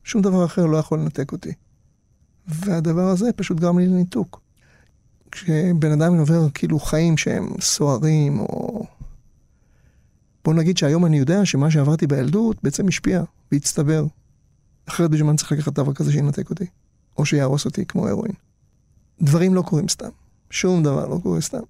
שום דבר אחר לא יכול לנתק אותי. והדבר הזה פשוט גרם לי לניתוק. כשבן אדם עובר כאילו חיים שהם סוערים, או... בוא נגיד שהיום אני יודע שמה שעברתי בילדות בעצם השפיע והצטבר. אחרת בזמן צריך לקחת דבר כזה שינתק אותי, או שיהרוס אותי כמו הרואין. דברים לא קורים סתם. שום דבר לא קורה סתם.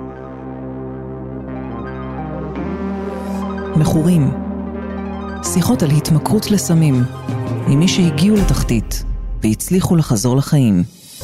מכורים. שיחות על התמכרות לסמים, ממי שהגיעו לתחתית והצליחו לחזור לחיים.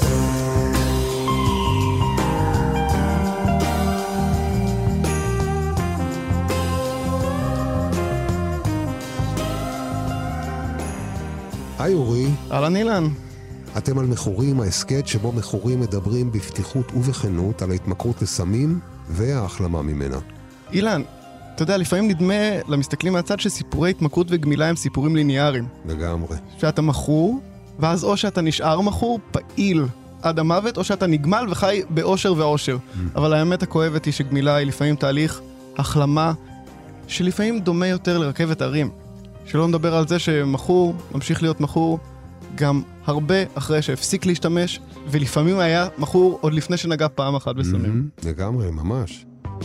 היי אורי. אהלן אילן. אתם על מכורים, ההסקט שבו מכורים מדברים בפתיחות ובכנות על ההתמכרות לסמים וההחלמה ממנה. אילן, אתה יודע, לפעמים נדמה למסתכלים מהצד שסיפורי התמכרות וגמילה הם סיפורים ליניאריים. לגמרי. שאתה מכור, ואז או שאתה נשאר מכור פעיל עד המוות, או שאתה נגמל וחי באושר ואושר. אבל האמת הכואבת היא שגמילה היא לפעמים תהליך החלמה, שלפעמים דומה יותר לרכבת הרים. שלא נדבר על זה שמכור ממשיך להיות מכור גם הרבה אחרי שהפסיק להשתמש, ולפעמים היה מכור עוד לפני שנגע פעם אחת בסמים. לגמרי, ממש.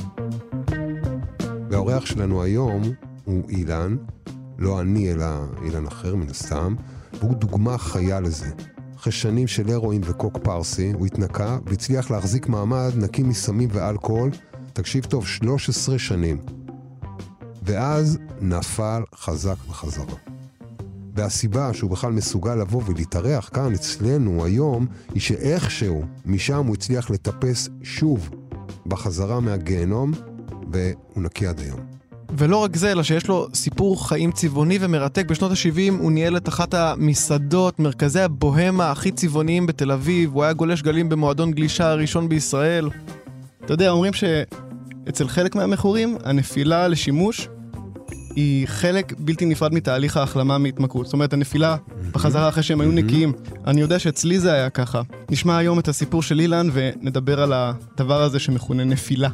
והאורח שלנו היום הוא אילן, לא אני אלא אילן אחר מן הסתם, והוא דוגמה חיה לזה. אחרי שנים של הרואין וקוק פרסי, הוא התנקה והצליח להחזיק מעמד נקי מסמים ואלכוהול, תקשיב טוב, 13 שנים. ואז נפל חזק בחזרה. והסיבה שהוא בכלל מסוגל לבוא ולהתארח כאן אצלנו היום, היא שאיכשהו משם הוא הצליח לטפס שוב בחזרה מהגיהנום, והוא נקי עד היום. ולא רק זה, אלא שיש לו סיפור חיים צבעוני ומרתק. בשנות ה-70 הוא ניהל את אחת המסעדות, מרכזי הבוהמה הכי צבעוניים בתל אביב. הוא היה גולש גלים במועדון גלישה הראשון בישראל. אתה יודע, אומרים שאצל חלק מהמכורים, הנפילה לשימוש היא חלק בלתי נפרד מתהליך ההחלמה מהתמכרות. זאת אומרת, הנפילה בחזרה אחרי שהם היו נקיים. אני יודע שאצלי זה היה ככה. נשמע היום את הסיפור של אילן ונדבר על הדבר הזה שמכונה נפילה.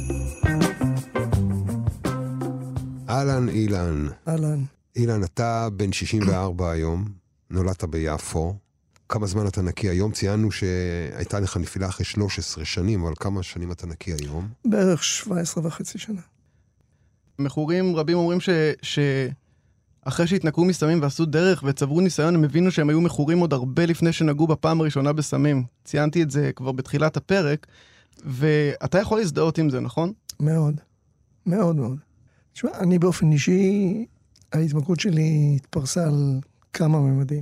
אהלן אילן. אהלן. אילן, אתה בן 64 היום, נולדת ביפו. כמה זמן אתה נקי היום? ציינו שהייתה לך נפילה אחרי 13 שנים, אבל כמה שנים אתה נקי היום? בערך 17.5 שנה. מכורים רבים אומרים שאחרי שהתנקרו מסמים ועשו דרך וצברו ניסיון, הם הבינו שהם היו מכורים עוד הרבה לפני שנגעו בפעם הראשונה בסמים. ציינתי את זה כבר בתחילת הפרק, ואתה יכול להזדהות עם זה, נכון? מאוד. מאוד מאוד. תשמע, אני באופן אישי, ההתמכרות שלי התפרסה על כמה ממדים.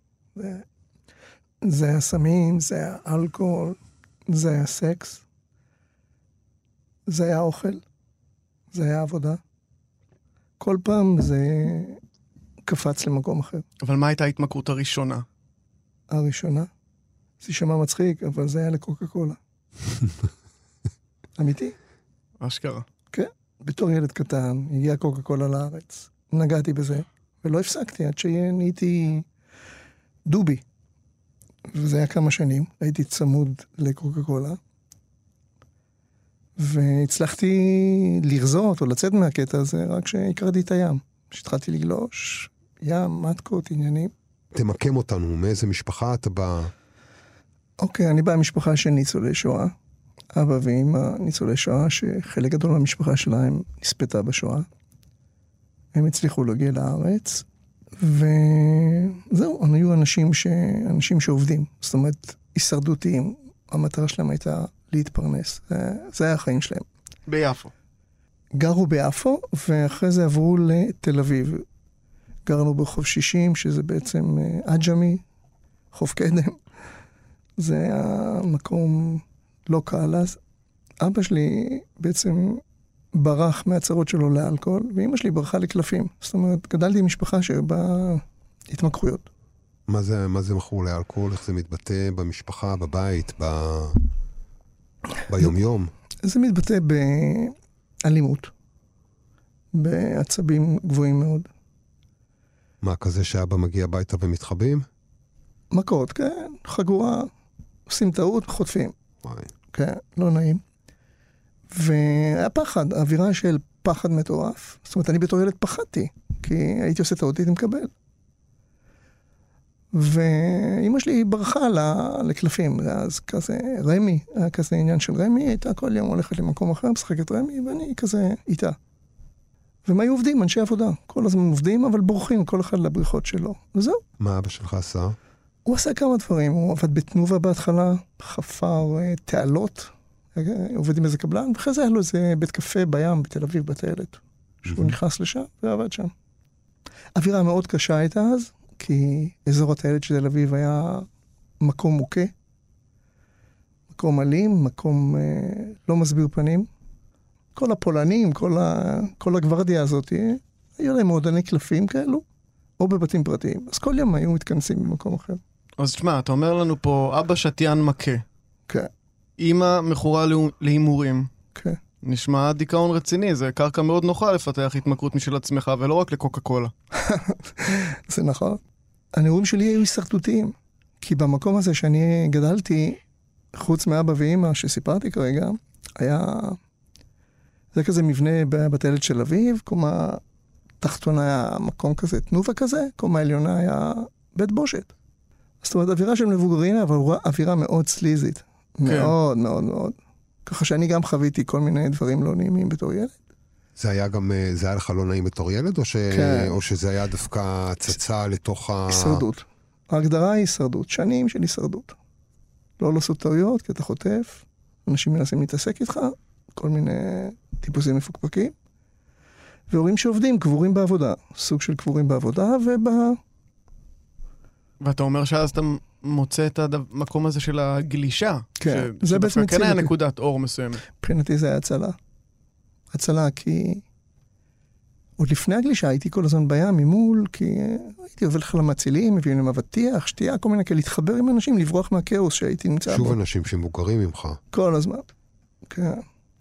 זה היה סמים, זה היה אלכוהול, זה היה סקס, זה היה אוכל, זה היה עבודה. כל פעם זה קפץ למקום אחר. אבל מה הייתה ההתמכרות הראשונה? הראשונה? זה שמע מצחיק, אבל זה היה לקוקה קולה. אמיתי? אשכרה. כן. בתור ילד קטן, הגיע קוקה קולה לארץ. נגעתי בזה, ולא הפסקתי עד שנהייתי דובי. וזה היה כמה שנים, הייתי צמוד לקוקה קולה. והצלחתי לרזות או לצאת מהקטע הזה רק שהכרתי את הים. כשהתחלתי לגלוש, ים, מתקות, עניינים. תמקם אותנו, מאיזה משפחה אתה בא? אוקיי, אני בא משפחה של ניצולי שואה. אבא ואמא ניצולי שואה, שחלק גדול מהמשפחה שלהם נספתה בשואה. הם הצליחו להגיע לארץ, וזהו, הם היו אנשים שעובדים. זאת אומרת, הישרדותיים. המטרה שלהם הייתה להתפרנס. זה היה החיים שלהם. ביפו. גרו ביפו, ואחרי זה עברו לתל אביב. גרנו ברחוב 60, שזה בעצם אג'מי, חוף קדם. זה היה מקום לא קל אז. אבא שלי בעצם ברח מהצרות שלו לאלכוהול, ואמא שלי ברחה לקלפים. זאת אומרת, גדלתי עם משפחה שבה התמכרויות. מה זה מכור לאלכוהול? איך זה מתבטא במשפחה, בבית, ביום-יום? זה מתבטא באלימות, בעצבים גבוהים מאוד. מה, כזה שאבא מגיע הביתה ומתחבאים? מכות, כן, חגורה, עושים טעות, חוטפים. וואי. כן, לא נעים. והיה פחד, האווירה של פחד מטורף. זאת אומרת, אני בתור ילד פחדתי, כי הייתי עושה טעות, הייתי מקבל. ואמא שלי ברחה לקלפים, אז כזה רמי, היה כזה עניין של רמי, הייתה כל יום הולכת למקום אחר, משחקת רמי, ואני כזה איתה. והם היו עובדים, אנשי עבודה, כל הזמן עובדים, אבל בורחים, כל אחד לבריחות שלו, וזהו. מה אבא שלך עשה? הוא עשה כמה דברים, הוא עבד בתנובה בהתחלה, חפר תעלות, עובד עם איזה קבלן, ואחרי זה היה לו איזה בית קפה בים בתל אביב בטיילת, שהוא נכנס לשם ועבד שם. אווירה מאוד קשה הייתה אז, כי אזור הטיילת של תל אביב היה מקום מוכה, מקום אלים, מקום לא מסביר פנים. כל הפולנים, כל הגוורדיה הזאת, היו להם מועדוני קלפים כאלו, או בבתים פרטיים. אז כל יום היו מתכנסים במקום אחר. אז תשמע, אתה אומר לנו פה, אבא שתיין מכה. כן. אמא מכורה להימורים. כן. נשמע דיכאון רציני, זה קרקע מאוד נוחה לפתח התמכרות משל עצמך, ולא רק לקוקה קולה. זה נכון. הנעורים שלי היו הישרדותיים, כי במקום הזה שאני גדלתי, חוץ מאבא ואמא שסיפרתי כרגע, היה... זה כזה מבנה בטיילת של אביב, קומה תחתונה היה מקום כזה, תנובה כזה, קומה עליונה היה בית בושת. זאת אומרת, אווירה של מבוגרים, אבל אווירה מאוד סליזית. כן. מאוד, מאוד, מאוד. ככה שאני גם חוויתי כל מיני דברים לא נעימים בתור ילד. זה היה גם, זה היה לך לא נעים בתור ילד, כן. או שזה היה דווקא הצצה לתוך הישרדות. ההגדרה היא הישרדות, שנים של הישרדות. לא לעשות טעויות, כי אתה חוטף, אנשים מנסים להתעסק איתך, כל מיני טיפוסים מפוקפקים, והורים שעובדים, קבורים בעבודה, סוג של קבורים בעבודה, ואתה אומר שאז אתה מוצא את המקום הזה של הגלישה. כן, זה בעצם הציל אותי. כן היה נקודת אור מסוימת. מבחינתי זה היה הצלה. הצלה כי עוד לפני הגלישה הייתי כל הזמן בים ממול, כי הייתי עובד לך למצילים, מביאים להם אבטיח, שתייה, כל מיני כאלה, להתחבר עם אנשים, לברוח מהכאוס שהייתי נמצא בו. שוב אנשים שמוכרים ממך. כל הזמן, כן.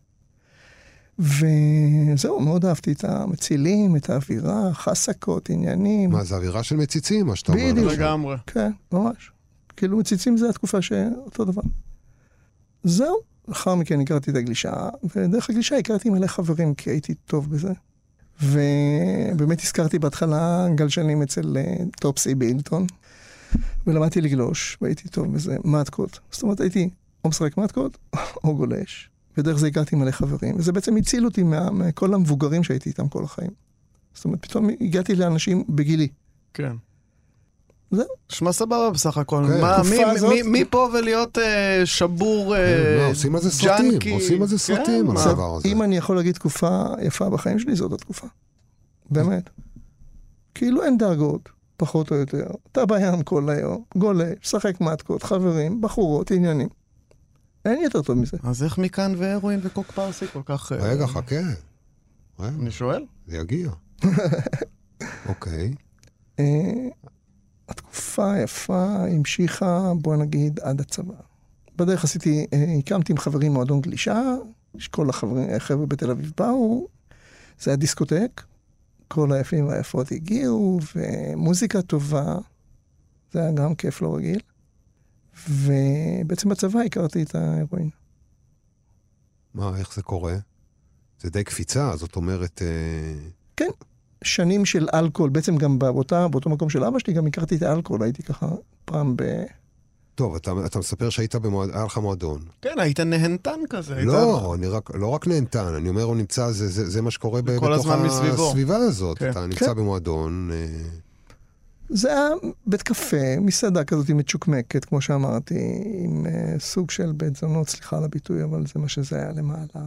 וזהו, מאוד אהבתי את המצילים, את האווירה, חסקות, עניינים. מה, זה אווירה של מציצים, מה שאתה אומר? בדיוק. לגמרי. כן, ממש. כאילו מציצים זה התקופה שאותו דבר. זהו, לאחר מכן הכרתי את הגלישה, ודרך הגלישה הכרתי מלא חברים, כי הייתי טוב בזה. ובאמת הזכרתי בהתחלה גלשנים אצל טופסי באילטון, ולמדתי לגלוש, והייתי טוב בזה, מתקות. זאת אומרת, הייתי או משחק מתקות, או גולש. ודרך זה הכרתי מלא חברים, וזה בעצם הציל אותי מכל המבוגרים שהייתי איתם כל החיים. זאת אומרת, פתאום הגעתי לאנשים בגילי. כן. זהו. שמע סבבה בסך הכל. כן. מי פה ולהיות שבור עושים על זה סרטים, עושים על זה סרטים על הדבר הזה. אם אני יכול להגיד תקופה יפה בחיים שלי, זאת התקופה. באמת. כאילו אין דרגות, פחות או יותר. אתה בים כל היום, גולש, שחק מתקות, חברים, בחורות, עניינים. אין יותר טוב מזה. אז איך מכאן והרואין וקוק פרסי כל כך... רגע, חכה. אני שואל? זה יגיע. אוקיי. התקופה היפה המשיכה, בוא נגיד, עד הצבא. בדרך הקמתי עם חברים מועדון גלישה, שכל החבר'ה בתל אביב באו, זה היה דיסקוטק, כל היפים והיפות הגיעו, ומוזיקה טובה, זה היה גם כיף לא רגיל. ובעצם בצבא הכרתי את ההרואין. מה, איך זה קורה? זה די קפיצה, זאת אומרת... כן, שנים של אלכוהול, בעצם גם באותו מקום של אבא שלי, גם הכרתי את האלכוהול, הייתי ככה פעם טוב, אתה מספר שהיית היה לך מועדון. כן, היית נהנתן כזה. לא, לא רק נהנתן, אני אומר, הוא נמצא, זה מה שקורה בתוך הסביבה הזאת. אתה נמצא במועדון... זה היה בית קפה, מסעדה כזאת מצ'וקמקת, כמו שאמרתי, עם סוג של בית זונות, סליחה על הביטוי, אבל זה מה שזה היה למעלה.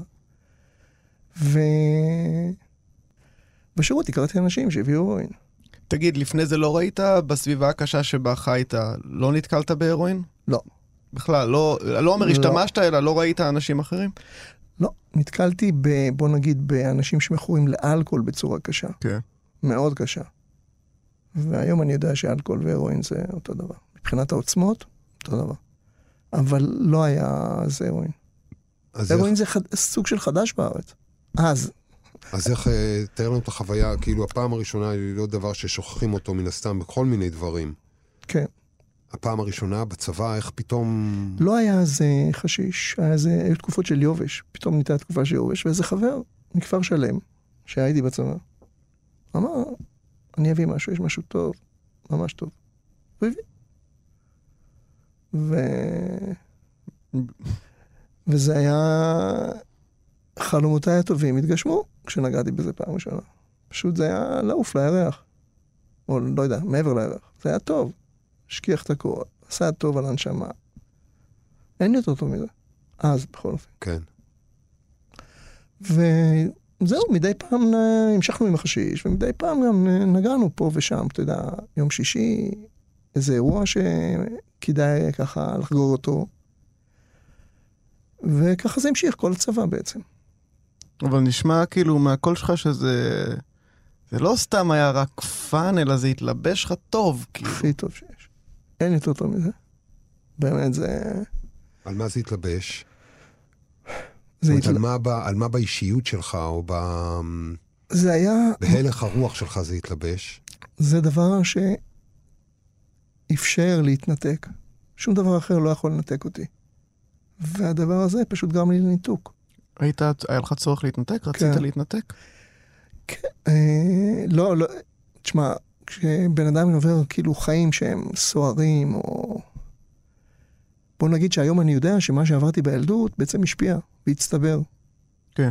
בשירות הכרתי אנשים שהביאו הרואין. תגיד, לפני זה לא ראית בסביבה הקשה שבה חיית, לא נתקלת בהרואין? לא. בכלל, לא אומר השתמשת, אלא לא ראית אנשים אחרים? לא, נתקלתי בוא נגיד, באנשים שמכורים לאלכוהול בצורה קשה. כן. מאוד קשה. והיום אני יודע שאלכוהול והרואין זה אותו דבר. מבחינת העוצמות, אותו דבר. אבל לא היה זה הרואין. הרואין זה סוג של חדש בארץ. אז איך תאר לנו את החוויה, כאילו הפעם הראשונה היא לא דבר ששוכחים אותו מן הסתם בכל מיני דברים. כן. הפעם הראשונה בצבא, איך פתאום... לא היה איזה חשיש, היו תקופות של יובש, פתאום ניתה תקופה של יובש, ואיזה חבר מכפר שלם, שהייתי בצבא, אמר, אני אביא משהו, יש משהו טוב, ממש טוב. הוא הביא, וזה היה... חלומותיי הטובים התגשמו כשנגעתי בזה פעם ראשונה. פשוט זה היה לעוף לירח. או לא יודע, מעבר לירח. זה היה טוב. השכיח את הכל. עשה טוב על הנשמה. אין יותר טוב מזה. אז, בכל אופן. כן. וזהו, מדי פעם המשכנו עם החשיש, ומדי פעם גם נגענו פה ושם, אתה יודע, יום שישי, איזה אירוע שכדאי ככה לחגוג אותו. וככה זה המשיך כל הצבא בעצם. אבל נשמע כאילו מהקול שלך שזה... זה לא סתם היה רק פאן, אלא זה התלבש לך טוב. כאילו. הכי טוב שיש. אין יותר טוב מזה. באמת זה... על מה זה התלבש? על מה באישיות שלך, או זה היה... בהלך הרוח שלך זה התלבש? זה דבר שאפשר להתנתק. שום דבר אחר לא יכול לנתק אותי. והדבר הזה פשוט גרם לי לניתוק. היה לך צורך להתנתק? רצית להתנתק? כן. לא, תשמע, כשבן אדם עובר כאילו חיים שהם סוערים, או... בוא נגיד שהיום אני יודע שמה שעברתי בילדות בעצם השפיע והצטבר. כן.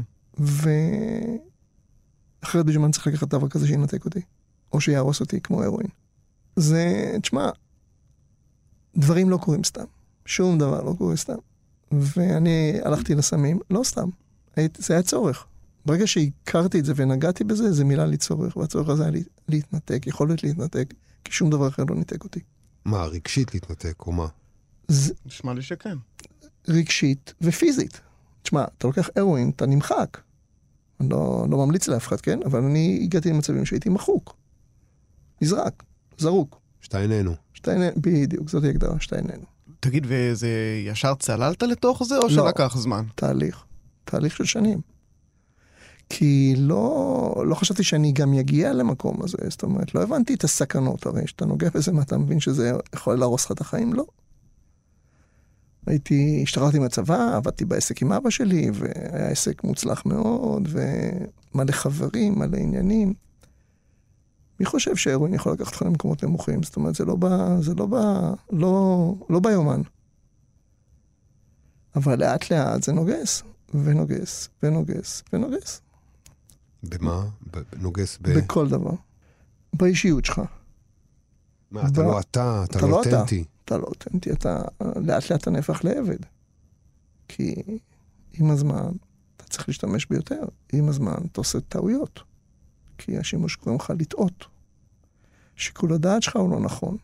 אחרת בשביל מה צריך לקחת דבר כזה שינתק אותי, או שיהרוס אותי כמו הרואין. זה, תשמע, דברים לא קורים סתם. שום דבר לא קורה סתם. ואני הלכתי לסמים, לא סתם. זה היה צורך. ברגע שהכרתי את זה ונגעתי בזה, זה מילה לי צורך, והצורך הזה היה להתנתק, יכולת להתנתק, כי שום דבר אחר לא ניתק אותי. מה, רגשית להתנתק, או מה? נשמע לי שכן. רגשית ופיזית. תשמע, אתה לוקח הרואין, אתה נמחק. אני לא ממליץ לאף אחד, כן? אבל אני הגעתי למצבים שהייתי מחוק. נזרק, זרוק. שתייננו. בדיוק, זאת הגדרה, שתייננו. תגיד, וזה ישר צללת לתוך זה, או שלקח זמן? תהליך של שנים. כי לא חשבתי שאני גם יגיע למקום הזה, זאת אומרת, לא הבנתי את הסכנות, הרי שאתה נוגע בזה, מה אתה מבין שזה יכול להרוס לך את החיים? לא. השתחררתי מהצבא, עבדתי בעסק עם אבא שלי, והיה עסק מוצלח מאוד, ומלא חברים, מלא עניינים. מי חושב שהרואין יכול לקחת לך למקומות נמוכים? זאת אומרת, זה לא ביומן. אבל לאט לאט זה נוגס, ונוגס, ונוגס, ונוגס. במה? נוגס בכל דבר. באישיות שלך. מה, אתה לא אתה, אתה לא אותנטי. אתה לא אותנטי, לאט לאט אתה נהפך לעבד. כי עם הזמן אתה צריך להשתמש ביותר. עם הזמן אתה עושה טעויות. כי השימוש קוראים לך לטעות. שיקול הדעת שלך הוא לא נכון.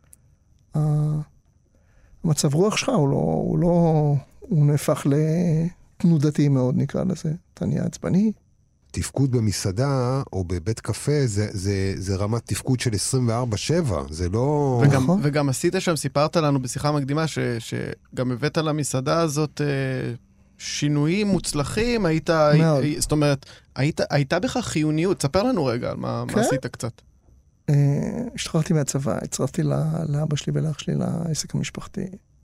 המצב רוח שלך הוא נהפך לתנודתי מאוד, נקרא לזה. אתה נהיה עצבני. תפקוד במסעדה או בבית קפה זה רמת תפקוד של 24/7, זה לא... וגם עשית שם, סיפרת לנו בשיחה מקדימה שגם הבאת למסעדה הזאת שינויים מוצלחים, זאת אומרת, הייתה בך חיוניות, ספר לנו רגע על מה עשית קצת. השתחררתי מהצבא, הצטרפתי לאבא שלי ולאח שלי לעסק המשפחתי,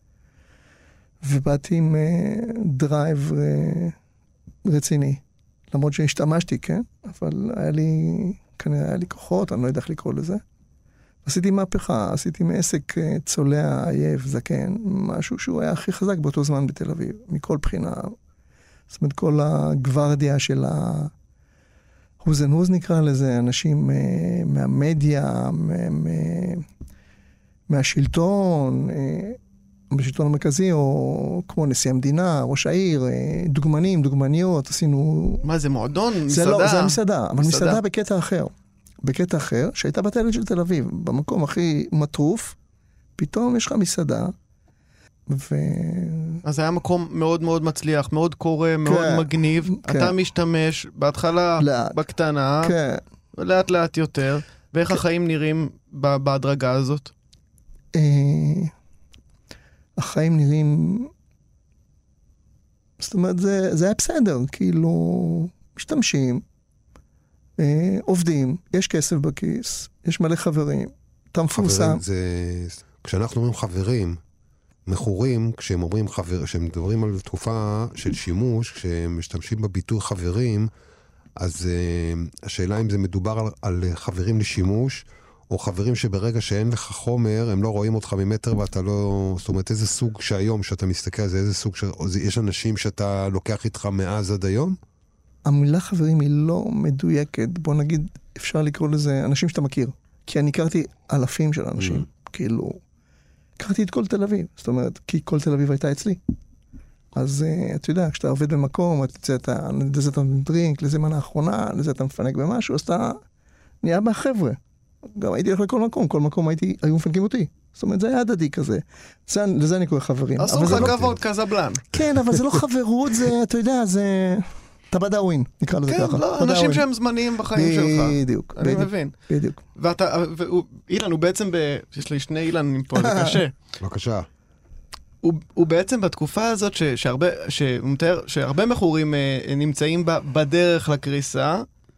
ובאתי עם דרייב רציני. למרות שהשתמשתי, כן? אבל כנראה היה לי כוחות, אני לא יודע איך לקרוא לזה. עשיתי מהפכה, עשיתי מעסק צולע, עייף, זקן, משהו שהוא היה הכי חזק באותו זמן בתל אביב, מכל בחינה. זאת אומרת, כל הגוורדיה של ההוז נקרא לזה, אנשים מהמדיה, מהשלטון, בשלטון המרכזי, או כמו נשיא המדינה, ראש העיר, דוגמנים, דוגמניות, עשינו... מה זה, מועדון? זה לא, זה המסעדה, אבל מסעדה בקטע אחר. בקטע אחר, שהייתה בטיילת של תל אביב, במקום הכי מטרוף, פתאום יש לך מסעדה, אז היה מקום מאוד מאוד מצליח, מאוד קורא, מאוד מגניב. אתה משתמש בהתחלה בקטנה, ולאט לאט יותר. ואיך החיים נראים בהדרגה הזאת? החיים נראים... זאת אומרת, זה היה בסדר, כאילו, משתמשים, עובדים, יש כסף בכיס, יש מלא חברים, אתה מפורסם. כשאנחנו אומרים חברים, מכורים, כשהם מדברים על תקופה של שימוש, כשהם משתמשים בביטוי חברים, אז השאלה אם זה מדובר על חברים לשימוש, או חברים שברגע שאין לך חומר, הם לא רואים אותך ממטר ואתה לא... זאת אומרת, איזה סוג שהיום שאתה מסתכל על זה, איזה סוג יש אנשים שאתה לוקח איתך מאז עד היום? המילה חברים היא לא מדויקת. בוא נגיד, אפשר לקרוא לזה אנשים שאתה מכיר. כי אני הכרתי אלפים של אנשים. כאילו, הכרתי את כל תל אביב. זאת אומרת, כי כל תל אביב הייתה אצלי. אז אתה יודע, כשאתה עובד במקום, לזה אתה מדרינק, לזה מנה האחרונה, לזה אתה מפנק במשהו, אז אתה נהיה מהחבר'ה. גם הייתי הולך לכל מקום, כל מקום היו מפנקים אותי. זאת אומרת, זה היה הדדי כזה. לזה אני קורא חברים. עשו לך כבוד קזבלן. כן, אבל זה לא חברות, זה, אתה יודע, זה... אתה בדאווין, נקרא לזה ככה. כן, לא, אנשים שהם זמניים בחיים שלך. בדיוק. אני מבין. בדיוק. אילן, הוא בעצם יש לי שני אילנים פה, זה קשה. בבקשה. הוא בעצם בתקופה הזאת שהוא מתאר שהרבה מכורים נמצאים בדרך לקריסה,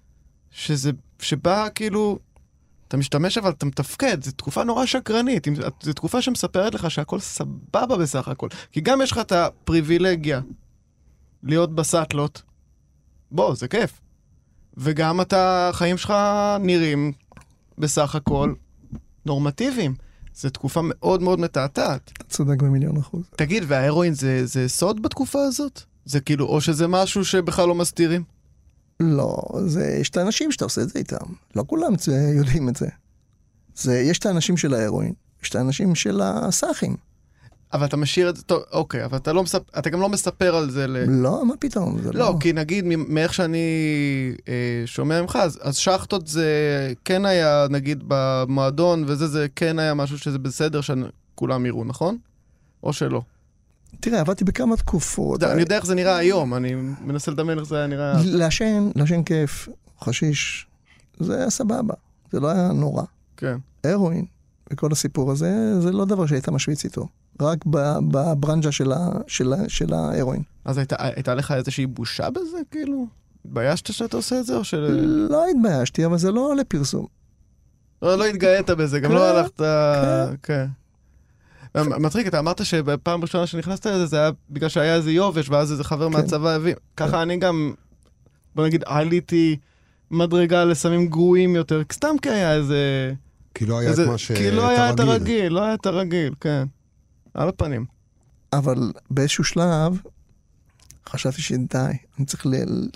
שבה כאילו, אתה משתמש אבל אתה מתפקד, זו תקופה נורא שקרנית, זו תקופה שמספרת לך שהכל סבבה בסך הכל. כי גם יש לך את הפריבילגיה להיות בסטלות, בוא, זה כיף. וגם החיים שלך נראים בסך הכל נורמטיביים. זו תקופה מאוד מאוד מתעתעת. אתה צודק ב1,000,000%. תגיד, וההרואין זה סוד בתקופה הזאת? זה כאילו, או שזה משהו שבכלל לא מסתירים? לא, יש את האנשים שאתה עושה את זה איתם. לא כולם יודעים את זה. יש את האנשים של ההרואין, יש את האנשים של הסאחים. אבל אתה משאיר את זה, טוב, אוקיי, אבל אתה גם לא מספר על זה לא, מה פתאום? לא, כי נגיד, מאיך שאני שומע ממך, אז שחטות זה כן היה, נגיד, במועדון, זה כן היה משהו שזה בסדר שכולם יראו, נכון? או שלא? תראה, עבדתי בכמה תקופות. אני יודע איך זה נראה היום, אני מנסה לדמיין איך זה היה נראה. לעשן כיף, חשיש, זה היה סבבה, זה לא היה נורא. כן. הרואין, וכל הסיפור הזה, זה לא דבר שהיית משוויץ איתו. רק בברנג'ה של ההרואין. אז הייתה לך איזושהי בושה בזה, כאילו? התביישת שאתה עושה את זה, או לא התביישתי, אבל זה לא לפרסום. לא התגאית בזה, גם לא הלכת... כן. מצחיק, אתה אמרת שבפעם ראשונה שנכנסת לזה, זה היה בגלל שהיה איזה יובש, ואז איזה חבר מהצבא הביא. ככה אני גם, בוא נגיד, עליתי מדרגה לסמים גרועים יותר, סתם כי היה איזה... כי לא היה את מה ש... כי לא היה את הרגיל, לא היה את הרגיל, כן. על הפנים. אבל באיזשהו שלב, חשבתי שדי, אני צריך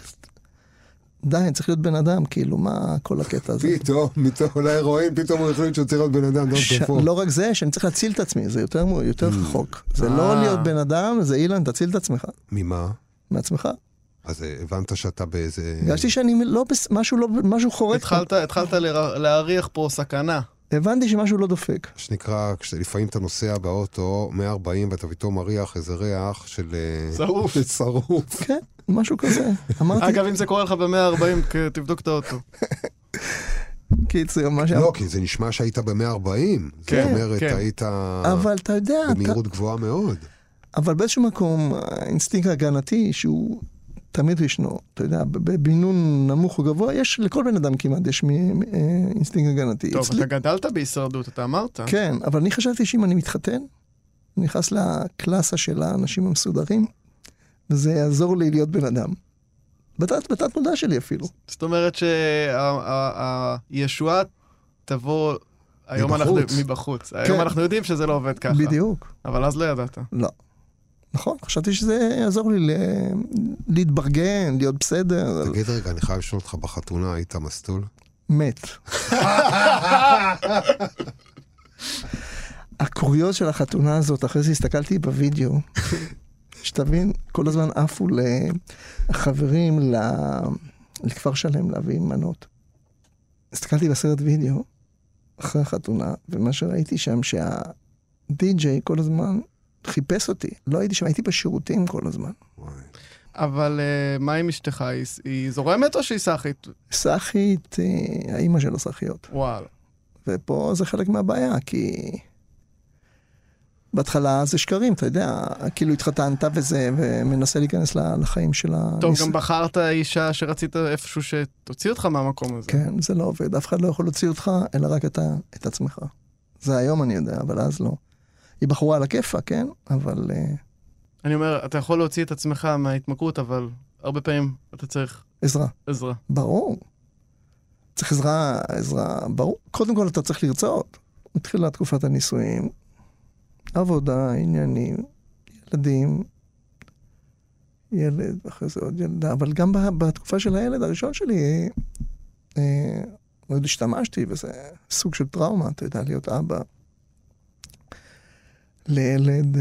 אני צריך להיות בן אדם, כאילו, מה כל הקטע הזה? פתאום, אולי הרואין, פתאום הוא החליט שהוא צריך להיות בן אדם, לא רק זה, שאני צריך להציל את עצמי, זה יותר רחוק. זה לא להיות בן אדם, זה אילן, תציל את עצמך. ממה? מעצמך. אז הבנת שאתה באיזה... הרגשתי שאני לא, משהו חורק. התחלת להריח פה סכנה. הבנתי שמשהו לא דופק. שנקרא, כשלפעמים אתה נוסע באוטו 140 ואתה פתאום מריח איזה ריח של... שרוף. כן, משהו כזה. אגב, אם זה קורה לך ב-140, תבדוק את האוטו. קיצר, מה לא, כי זה נשמע שהיית ב-140. זאת אומרת, היית... אבל אתה יודע... במהירות גבוהה מאוד. אבל באיזשהו מקום, האינסטינקט הגנתי שהוא... תמיד ישנו, אתה יודע, בבינון נמוך או גבוה, יש לכל בן אדם כמעט, יש אינסטינקט הגנתי. טוב, אתה גדלת בהישרדות, אתה אמרת. כן, אבל אני חשבתי שאם אני מתחתן, אני נכנס לקלאסה של האנשים המסודרים, וזה יעזור לי להיות בן אדם. בתת מודע שלי אפילו. זאת אומרת שהישועה תבוא היום מבחוץ. היום אנחנו יודעים שזה לא עובד ככה. בדיוק. אבל אז לא ידעת. לא. נכון, חשבתי שזה יעזור לי להתברגן, להיות בסדר. תגיד רגע, אני חייב לשאול אותך, בחתונה היית מסטול? מת. הקוריוז של החתונה הזאת, אחרי זה הסתכלתי בווידאו, שתבין, כל הזמן עפו לחברים לכפר שלם להביא מנות. הסתכלתי בסרט וידאו, אחרי החתונה, ומה שראיתי שם שהדי-ג'יי כל הזמן חיפש אותי. לא הייתי שם, הייתי בשירותים כל הזמן. אבל מה עם אשתך? היא זורמת או שהיא סאחית? סאחית, האמא שלו סאחיות. וואלה. ופה זה חלק מהבעיה, כי בהתחלה זה שקרים, אתה יודע, כאילו התחתנת וזה, ומנסה להיכנס לחיים שלה. טוב, גם בחרת אישה שרצית איפשהו שתוציא אותך מהמקום הזה. כן, זה לא עובד. אף אחד לא יכול להוציא אותך, אלא רק את עצמך. זה היום אני יודע, אבל אז לא. היא בחורה על הכיפה, כן? אבל... אני אומר, אתה יכול להוציא את עצמך מההתמכרות, אבל הרבה פעמים אתה צריך... עזרה. עזרה. ברור. צריך עזרה, ברור. קודם כל אתה צריך לרצות. התחילה תקופת הנישואים, עבודה, עניינים, ילדים, ילד, אחרי זה עוד ילדה, אבל גם בתקופה של הילד הראשון שלי, מאוד השתמשתי, וזה סוג של טראומה, אתה יודע, להיות אבא לילד,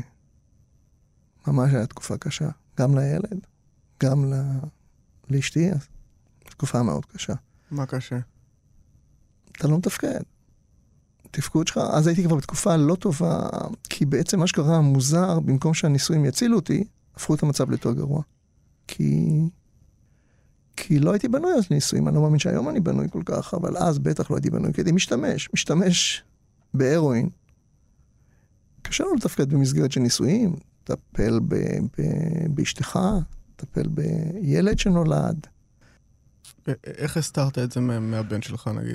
ממש היה תקופה קשה, גם לילד, גם לאשתי, תקופה מאוד קשה. מה קשה? אתה לא מתפקד. תפקוד שלך, אז הייתי כבר בתקופה לא טובה, כי בעצם מה שקרה מוזר, במקום שהניסויים יצילו אותי, הפכו את המצב ליותר גרוע. כי לא הייתי בנוי אז לניסויים, אני לא מאמין שהיום אני בנוי כל כך, אבל אז בטח לא הייתי בנוי, כי הייתי משתמש בהרואין. קשה לו לתפקד במסגרת של ניסויים, טפל באשתך, טפל בילד שנולד. איך הסתרת את זה מהבן שלך, נגיד?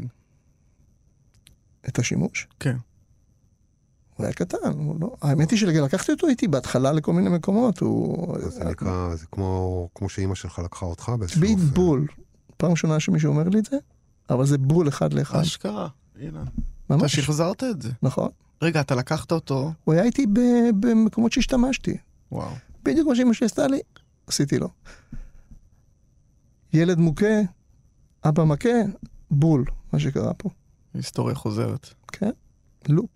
את השימוש? כן. הוא היה קטן, הוא לא... האמת היא שלקחתי אותו איתי בהתחלה לכל מיני מקומות, זה נקרא, זה כמו שאמא שלך לקחה אותך באיזשהו... בול. פעם ראשונה שמישהו אומר לי את זה, אבל זה בול אחד לאחד. אשכרה, אילן. ממש. אתה שחזרת את זה. נכון. רגע, אתה לקחת אותו... הוא היה איתי במקומות שהשתמשתי. וואו. בדיוק מה שאמא שעשתה לי, עשיתי לו. ילד מוכה, אבא מכה, בול, מה שקרה פה. היסטוריה חוזרת. כן, לופ.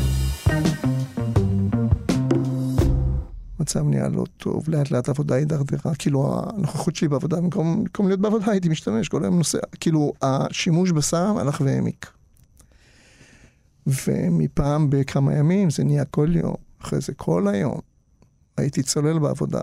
מצב נהיה לא טוב, לאט לאט עבודה הידרדרה, כאילו הנוכחות שלי בעבודה, במקום להיות בעבודה הייתי משתמש, כל היום נוסע, כאילו השימוש בסם הלך והעמיק. ומפעם בכמה ימים זה נהיה כל יום, אחרי זה כל היום, הייתי צולל בעבודה.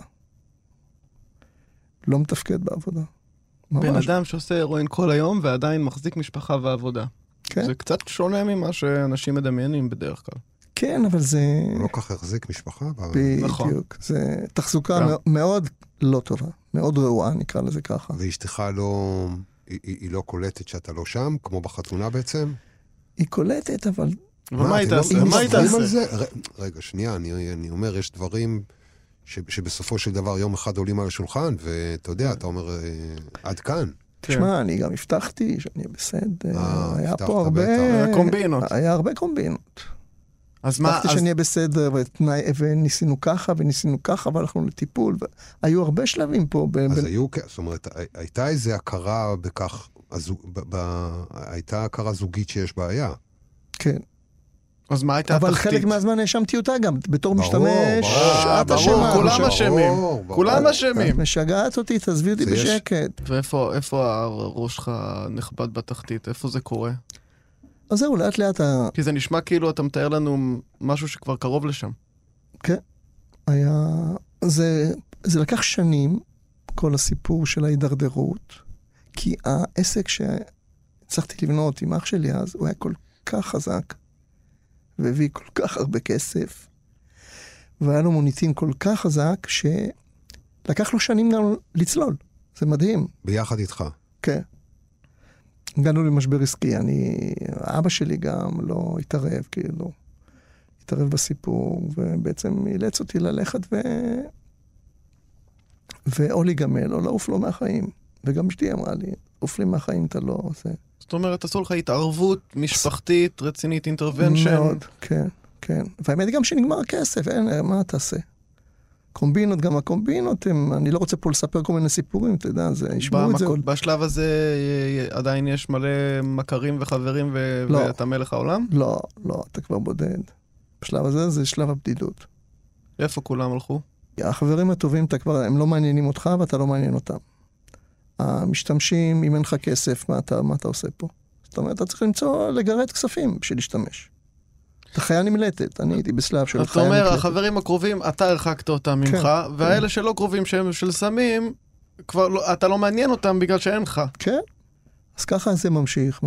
לא מתפקד בעבודה. בן אדם שעושה הרואין כל היום ועדיין מחזיק משפחה ועבודה. כן. זה קצת שונה ממה שאנשים מדמיינים בדרך כלל. כן, אבל זה... לא כך החזיק משפחה. בדיוק. זה תחזוקה מאוד לא טובה. מאוד רעועה, נקרא לזה ככה. ואשתך לא... היא לא קולטת שאתה לא שם, כמו בחתונה בעצם? היא קולטת, אבל... ומה היא תעשה? מה היא תעשה? רגע, שנייה, אני אומר, יש דברים שבסופו של דבר יום אחד עולים על השולחן, ואתה יודע, אתה אומר, עד כאן. תשמע, אני גם הבטחתי שאני בסדר. היה פה הרבה... קומבינות. היה הרבה קומבינות. אז מה... הבטחתי שאני אהיה בסדר, וניסינו ככה, וניסינו ככה, והלכנו לטיפול, והיו הרבה שלבים פה. אז היו, זאת אומרת, הייתה איזו הכרה בכך, הייתה הכרה זוגית שיש בעיה. כן. אז מה הייתה התחתית? אבל חלק מהזמן האשמתי אותה גם, בתור משתמש, את אשמה. ברור, כולם אשמים. כולם אשמים. את משגעת אותי, תעזבי אותי בשקט. ואיפה הראש שלך נכבד בתחתית? איפה זה קורה? אז זהו, לאט לאט כי זה נשמע כאילו אתה מתאר לנו משהו שכבר קרוב לשם. כן. היה... זה לקח שנים, כל הסיפור של ההידרדרות, כי העסק שהצלחתי לבנות עם אח שלי אז, הוא היה כל כך חזק, והביא כל כך הרבה כסף, והיה לו מוניטין כל כך חזק, שלקח לו שנים גם לצלול. זה מדהים. ביחד איתך. כן. הגענו למשבר עסקי, אבא שלי גם לא התערב, כאילו, התערב בסיפור, ובעצם אילץ אותי ללכת או להיגמל, או לעוף לו מהחיים. וגם אשתי אמרה לי, עוף לי מהחיים, אתה לא עושה. זאת אומרת, עשו לך התערבות משפחתית, רצינית, אינטרוונשן. מאוד, כן, כן. והאמת גם שנגמר הכסף, מה תעשה? קומבינות, גם הקומבינות, אני לא רוצה פה לספר כל מיני סיפורים, אתה יודע, זה, ישמעו את זה. בשלב הזה עדיין יש מלא מכרים וחברים ואתה מלך העולם? לא, אתה כבר בודד. בשלב הזה זה שלב הבדידות. איפה כולם הלכו? החברים הטובים, הם לא מעניינים אותך ואתה לא מעניין אותם. המשתמשים, אם אין לך כסף, מה אתה עושה פה? זאת אומרת, אתה צריך לגרד כספים בשביל להשתמש. אתה חיה נמלטת, אני הייתי בסלב של חיה נמלטת. זאת אומרת, החברים הקרובים, אתה הרחקת אותם ממך, והאלה שלא קרובים שהם של סמים, כבר אתה לא מעניין אותם בגלל שאין לך. כן. אז ככה זה ממשיך,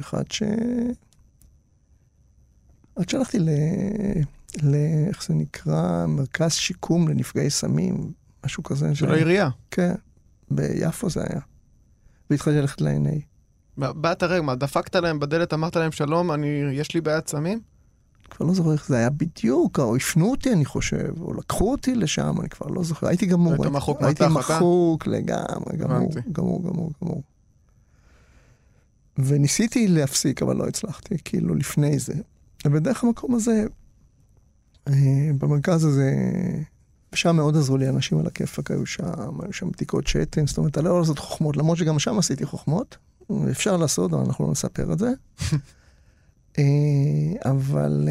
עד שהלכתי איך זה נקרא, מרכז שיקום לנפגעי סמים, משהו כזה. של העירייה. כן, ביפו זה היה. והתחלתי ללכת ל-NA. באת רגע, דפקת להם בדלת, אמרת להם שלום, יש לי בעיית סמים? כבר לא זוכר איך זה היה בדיוק, או הפנו אותי אני חושב, או לקחו אותי לשם, אני כבר לא זוכר. הייתי גמור. הייתי מחוק לגמרי, גמור. וניסיתי להפסיק, אבל לא הצלחתי, כאילו לפני זה. ובדרך המקום הזה, במרכז הזה, שם מאוד עזרו לי אנשים על הכיפק, היו שם בדיקות שתן, זאת אומרת, לא לעשות חוכמות, למרות שגם שם עשיתי חוכמות, אפשר לעשות, אבל אנחנו לא נספר את זה. אבל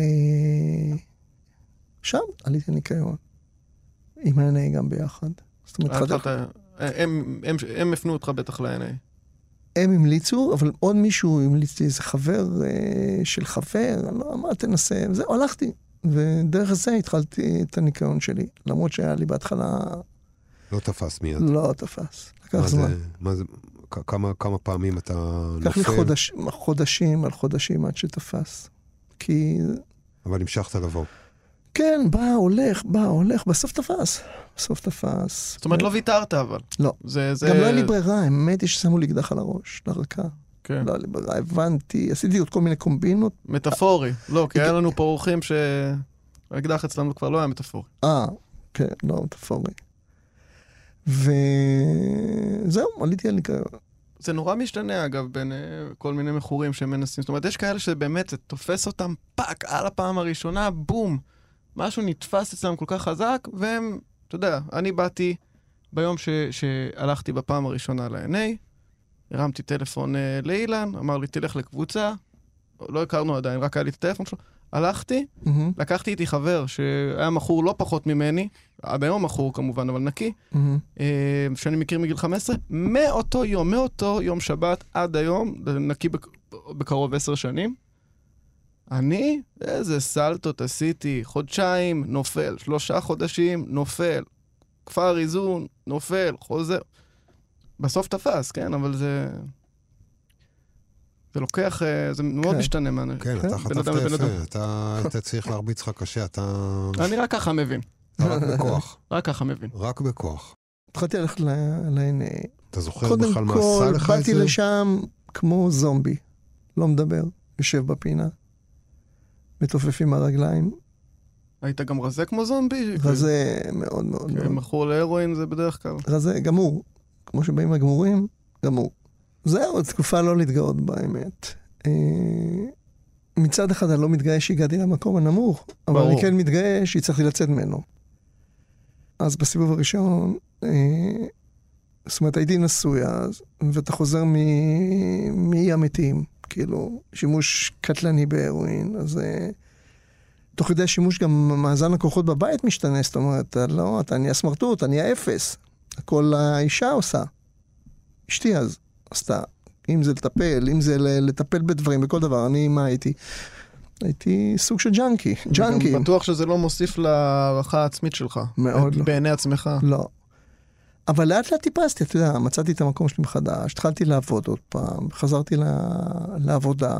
שם עליתי ניקיון, עם ה-NA גם ביחד. זאת אומרת, הם הפנו אותך בטח ל-NA. הם המליצו, אבל עוד מישהו המליץ לי, איזה חבר של חבר, אני לא אמר, תנסה, וזהו, הלכתי. ודרך זה התחלתי את הניקיון שלי, למרות שהיה לי בהתחלה... לא תפס מיד. לא תפס, לקח זמן. כמה פעמים אתה נופל? לקח לי חודשים על חודשים עד שתפס. כי... אבל המשכת לבוא. כן, בא, הולך, בסוף תפס. זאת אומרת, לא ויתרת אבל. לא. גם לא היה לי ברירה, האמת היא ששמו לי אקדח על הראש, לרקה. כן. לא היה לי ברירה, הבנתי, עשיתי עוד כל מיני קומבינות. מטאפורי, לא, כי היה לנו פה אורחים שהאקדח אצלנו כבר לא היה מטאפורי. כן, לא מטאפורי. וזהו, עליתי על ניקיון. זה נורא משתנה, אגב, בין כל מיני מכורים שמנסים. זאת אומרת, יש כאלה שבאמת זה תופס אותם פאק על הפעם הראשונה, בום. משהו נתפס אצלם כל כך חזק, והם, אתה יודע, אני באתי ביום שהלכתי בפעם הראשונה ל-NA, הרמתי טלפון לאילן, אמר לי, תלך לקבוצה, לא הכרנו עדיין, רק היה לי את הטלפון שלו, הלכתי, לקחתי איתי חבר שהיה מכור לא פחות ממני, עד היום מכור כמובן, אבל נקי, שאני מכיר מגיל 15, מאותו יום שבת עד היום, נקי בקרוב 10 שנים, אני, איזה סלטות עשיתי, חודשיים, נופל, 3 חודשים, נופל, כפר איזון, נופל, חוזר. בסוף תפס, כן, אבל זה לוקח, זה מאוד משתנה מהאנשים. כן, אתה חטפת יפה, אתה צריך להרביץ לך קשה, אני רק ככה מבין. רק בכוח. רק בכוח. התחלתי ללכת ל-NA. אתה זוכר בכלל מה עשה לך את זה? באתי לשם כמו זומבי, לא מדבר, יושב בפינה, מתופף עם הרגליים. היית גם רזה כמו זומבי? רזה מאוד מאוד. מכור להרואין זה בדרך כלל. רזה, גמור. כמו שבאים הגמורים, גמור. זהו, תקופה לא להתגאות באמת. מצד אחד אני לא מתגאה שהגעתי למקום הנמוך, אבל אני כן מתגאה שהצלחתי לצאת ממנו. אז בסיבוב הראשון, זאת אומרת, הייתי נשוי אז, ואתה חוזר מאי המתים, כאילו, שימוש קטלני בהרואין, אז תוך כדי השימוש גם מאזן הכוחות בבית משתנה, זאת אומרת, לא, אתה נהיה סמרטוט, אתה נהיה אפס. הכל האישה עושה. אשתי אז עשתה. אם זה לטפל, אם זה לטפל בדברים, בכל דבר. אני, מה הייתי? הייתי סוג של ג'אנקי. ג'אנקי. גם בטוח שזה לא מוסיף להערכה העצמית שלך. מאוד לא. בעיני עצמך. לא. אבל לאט לאט טיפסתי, אתה יודע, מצאתי את המקום שלי מחדש, התחלתי לעבוד עוד פעם, חזרתי לעבודה,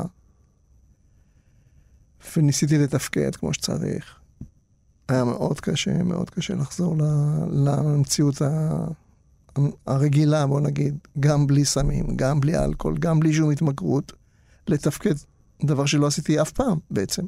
וניסיתי לתפקד כמו שצריך. היה מאוד קשה לחזור למציאות הרגילה, בוא נגיד, גם בלי סמים, גם בלי אלכוהול, גם בלי שום התמכרות, לתפקד, דבר שלא עשיתי אף פעם בעצם.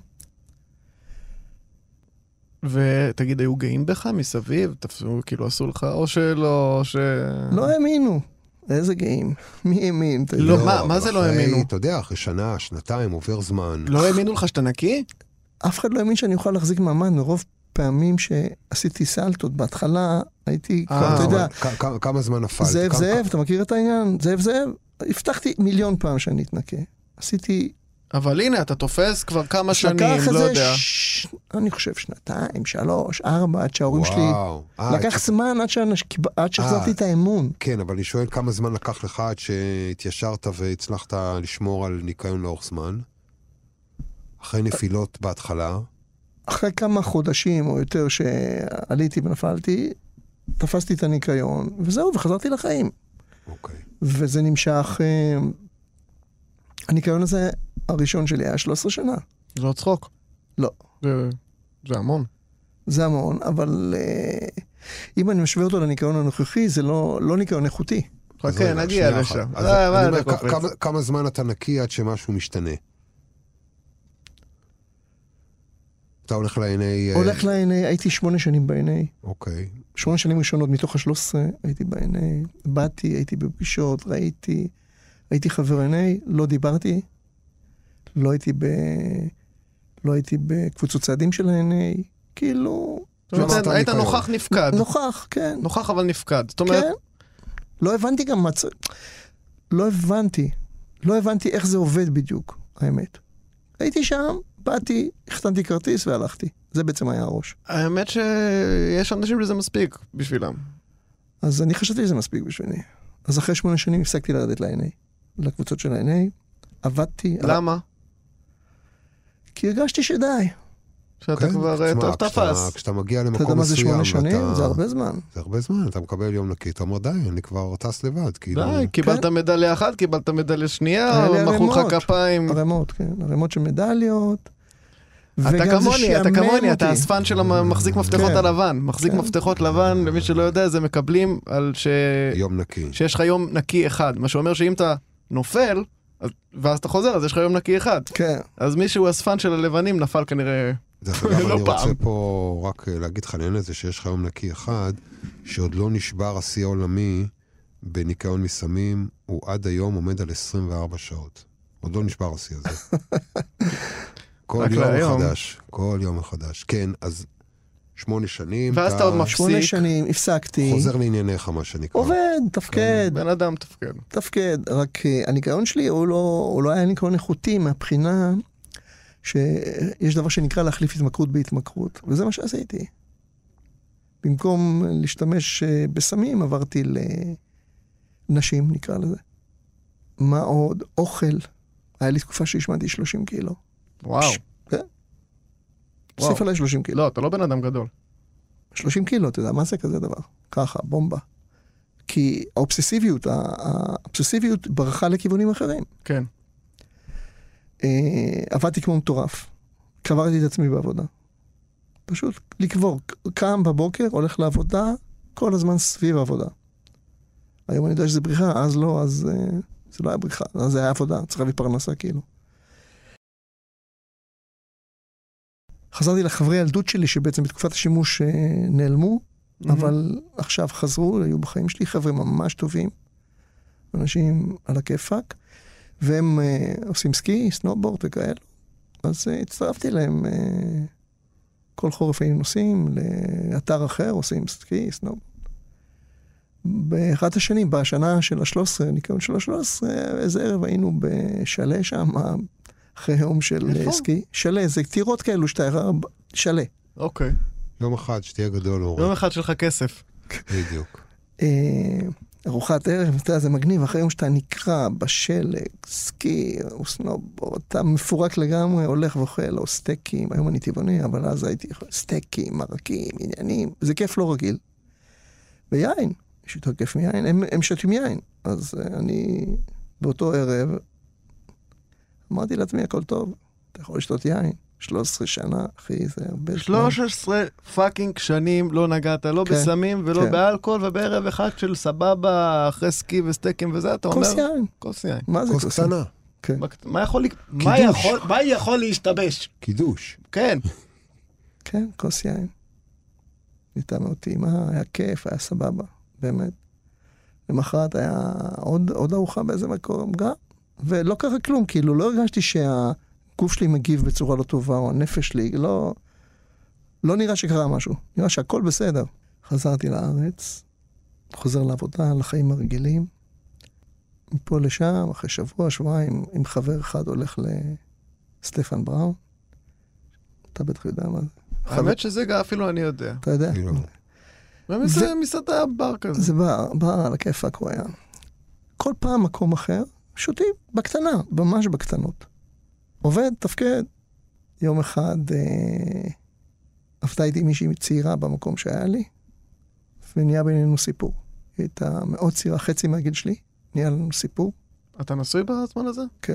ותגיד, היו גאים בך מסביב? תפסו, כאילו עשו לך, או שלא, או ש... לא האמינו. איזה גאים. מי האמין? לא, מה זה לא האמינו? אתה יודע, אחרי שנה, שנתיים, עובר זמן. לא האמינו לך שאתה נקי? אף אחד לא האמין שאני אוכל להחזיק מעמד, מרוב פעמים שעשיתי סלטות. בהתחלה הייתי, אתה יודע... כמה זמן נפלת? זאב, אתה מכיר את העניין? זאב, הבטחתי 1,000,000 פעם שאני אתנקה. עשיתי... אבל הנה, אתה תופס כבר כמה שנים, לא יודע. אני חושב 2, 3, 4, עד שההורים שלי... לקח זמן עד שהחזרתי את האמון. כן, אבל אני שואל כמה זמן לקח לך עד שהתיישרת והצלחת לשמור על ניקיון לאורך זמן? אחרי נפילות בהתחלה? אחרי כמה חודשים או יותר שעליתי ונפלתי, תפסתי את הניקיון, וזהו, וחזרתי לחיים. אוקיי. וזה נמשך... הניקיון הזה, הראשון שלי היה 13 שנה. זה לא צחוק. לא. זה המון. זה המון, אבל אם אני משווה אותו לניקיון הנוכחי, זה לא ניקיון איכותי. כן, נגיע לשם. כמה זמן אתה נקי עד שמשהו משתנה? אתה הולך ל-NA? הולך ל-NA, הייתי 8 שנים ב-NA. אוקיי. 8 שנים ראשונות מתוך ה-13 הייתי ב-NA. באתי, הייתי בפגישות, הייתי חבר NA, לא דיברתי, לא הייתי בקבוצות צעדים של ה-NA, כאילו... היית נוכח נפקד. נוכח, כן. נוכח אבל נפקד. זאת אומרת... כן. לא הבנתי גם מה... לא הבנתי איך זה עובד בדיוק, האמת. הייתי שם, באתי, החתמתי כרטיס והלכתי. זה בעצם היה הראש. האמת שיש אנשים שזה מספיק בשבילם. אז אני חשבתי שזה מספיק בשבילי. אז אחרי 8 שנים הפסקתי לרדת ל-NA, לקבוצות של ה-NA. עבדתי... למה? כי הרגשתי שדי. שאתה כבר טוב תפס. כשאתה מגיע אתה למקום יודע מה זה 8 מסוים, שנים? זה הרבה זמן. זה הרבה זמן, אתה מקבל יום נקי, אתה אומר די, אני כבר טס לבד. די, קיבלת מדליה אחת, קיבלת מדליה שנייה, מחאו לך כפיים. ערימות, כן, ערימות של מדליות. אתה כמוני, אתה הספן של המחזיק מפתחות הלבן. מחזיק מפתחות לבן, למי שלא יודע, זה מקבלים על יום נקי. שיש לך יום נקי אחד. מה שאומר שאם אתה נופל, ואז אתה חוזר, אז יש לך יום נקי אחד. כן. אז מישהו הספן של הלבנים נפל כנראה דרך אגב, אני רוצה פה רק להגיד לך לעניין הזה שיש לך יום נקי אחד, שעוד לא נשבר השיא העולמי בניקיון מסמים, הוא עד היום עומד על 24 שעות. עוד לא נשבר השיא הזה. כל יום מחדש. כל יום מחדש. כן, אז 8 שנים. ואז אתה עוד מפסיק. 8 שנים, הפסקתי. חוזר לענייניך, מה שנקרא. עובד, תפקד. בן אדם תפקד. תפקד, רק הניקיון שלי הוא לא היה ניקיון איכותי מהבחינה שיש דבר שנקרא להחליף התמכרות בהתמכרות, וזה מה שעשיתי. במקום להשתמש בסמים, עברתי לנשים, נקרא לזה. מה עוד? אוכל. היה לי תקופה שהשמעתי 30 קילו. וואו. כן? הוסיף עליי 30 קילו. לא, אתה לא בן אדם גדול. 30 קילו, אתה יודע, מה זה כזה דבר? ככה, בומבה. כי האובססיביות ברחה לכיוונים אחרים. כן. עבדתי כמו מטורף. קברתי את עצמי בעבודה. פשוט לקבור. קם בבוקר, הולך לעבודה, כל הזמן סביב העבודה. היום אני יודע שזה בריחה, אז לא, אז זה לא היה בריחה. אז זה היה עבודה, צריך להביא פרנסה כאילו. חזרתי לחברי הילדות שלי, שבעצם בתקופת השימוש נעלמו, אבל עכשיו חזרו, היו בחיים שלי חבר'ה ממש טובים, אנשים על הכיפק, והם עושים סקי, סנובורד וכאלה. אז הצטרפתי להם, כל חורף היינו נוסעים לאתר אחר, עושים סקי, סנובורד. באחת השנים, בשנה של ה-13, ניקיון של ה-13, איזה ערב היינו בשלה שם, אחרי יום של סקי. שלה, זה טירות כאלו שאתה שלה. אוקיי. יום אחד, שתהיה גדול. יום אחד שלך כסף. בדיוק. ארוחת ערב, אתה יודע, זה מגניב, אחרי יום שאתה נקרא בשלג, סקי, או סנובורד, אתה מפורק לגמרי, הולך ואוכל, או סטייקים, היום אני טבעוני, אבל אז הייתי סטייקים, מרקים, עניינים, זה כיף לא רגיל. ויין, יש יותר כיף מיין, הם שתים יין, אז אני באותו ערב, אמרתי לעצמי, הכל טוב, אתה יכול לשתות יין. 13 שנה, אחי, זה הרבה... 13 פאקינג שנים לא נגעת, לא בסמים ולא באלכוהול, ובערב אחד של סבבה, אחרי סקי וסטייקים וזה, אתה אומר... כוס יין. כוס יין. מה זה כוס קטנה? כן. מה יכול להשתבש? קידוש. כן. כן, כוס יין. הייתה מאוד טעימה, היה כיף, היה סבבה, באמת. למחרת היה עוד ארוחה באיזה מקום, גם, ולא קרה כלום, כאילו, לא הרגשתי גוף שלי מגיב בצורה לא טובה, או הנפש שלי, לא נראה שקרה משהו. נראה שהכל בסדר. חזרתי לארץ, חוזר לעבודה, לחיים הרגילים. מפה לשם, אחרי שבוע, שבועיים, עם חבר אחד הולך לסטפן בראון. אתה בטח יודע מה זה. האמת שזה אפילו אני יודע. אתה יודע? זה מסעדה בר כזה. זה בר על הכיפק הוא היה. כל פעם מקום אחר, שותים בקטנה, ממש בקטנות. עובד, תפקד. יום אחד עבדה איתי מישהי צעירה במקום שהיה לי, ונהיה בינינו סיפור. היא הייתה מאוד צעירה, חצי מהגיל שלי, נהיה לנו סיפור. אתה נשוי בזמן הזה? כן.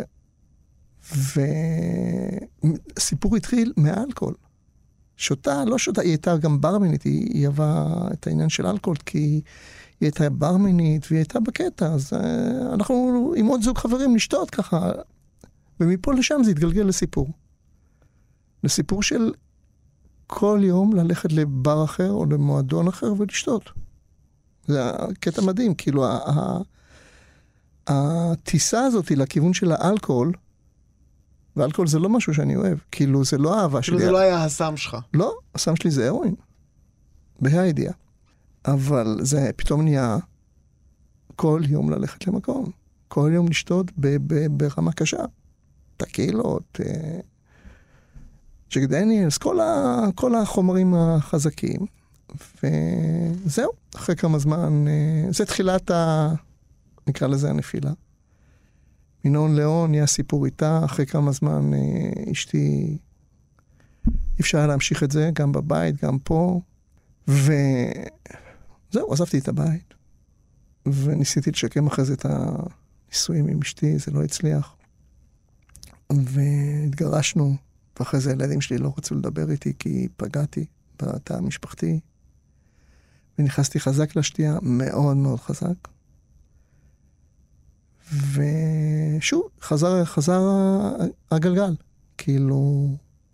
וסיפור התחיל מהאלכוהול. שותה, לא שותה, היא הייתה גם ברמנית, היא אהבה את העניין של אלכוהול, כי היא הייתה ברמנית, והיא הייתה בקטע, אז אנחנו עם עוד זוג חברים נשתות ככה, ומפה לשם זה התגלגל לסיפור. לסיפור של כל יום ללכת לבר אחר או למועדון אחר ולשתות. זה קטע מדהים, כאילו הטיסה הזאת היא לכיוון של האלכוהול, ואלכוהול זה לא משהו שאני אוהב, כאילו זה לא אהבה שלי. כאילו זה לא היה הסם שלך. לא, הסם שלי זה הרואין, בה"א הידיעה. אבל זה פתאום נהיה כל יום ללכת למקום, כל יום לשתות ברמה קשה. טקילות, ג'ק דניאלס, כל החומרים החזקים. וזהו, אחרי כמה זמן, זה תחילת נקרא לזה הנפילה. מינון לאון נהיה סיפור איתה, אחרי כמה זמן אשתי, אפשר להמשיך את זה, גם בבית, גם פה. וזהו, עזבתי את הבית. וניסיתי לשקם אחרי זה את הנישואים עם אשתי, זה לא הצליח. והתגרשנו, ואחרי זה הילדים שלי לא רצו לדבר איתי, כי פגעתי בתא המשפחתי. ונכנסתי חזק לשתייה, מאוד מאוד חזק. ושוב, חזר הגלגל. כאילו...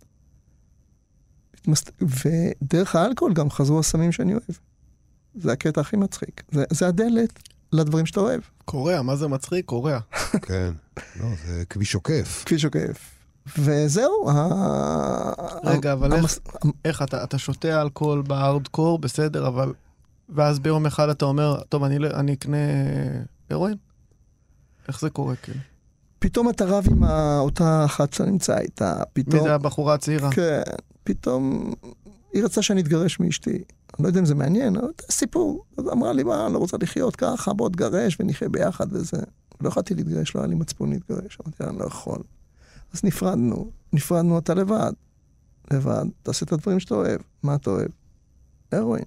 ודרך האלכוהול גם חזרו הסמים שאני אוהב. זה הקטע הכי מצחיק. זה הדלת לדברים שאתה אוהב. קורע, מה זה מצחיק? קורע. כן. לא, זה כביש עוקף. כביש עוקף. וזהו. רגע, אבל איך אתה שותה אלכוהול בהארדקור, בסדר, אבל... ואז ביום אחד אתה אומר, טוב, אני אקנה הרואין? איך זה קורה, כאילו? פתאום אתה רב עם אותה אחת שנמצא איתה, פתאום... מי זה הבחורה הצעירה? כן, פתאום היא רצה שאני אתגרש מאשתי. אני לא יודע אם זה מעניין, אבל זה סיפור. אז אמרה לי, מה, אני לא רוצה לחיות ככה, בוא תגרש ונחיה ביחד וזה. לא יכולתי להתגרש, לא היה לי מצפון להתגרש. אמרתי, אני לא יכול. אז נפרדנו אתה לבד. תעשה את הדברים שאתה אוהב. מה אתה אוהב? הרואין.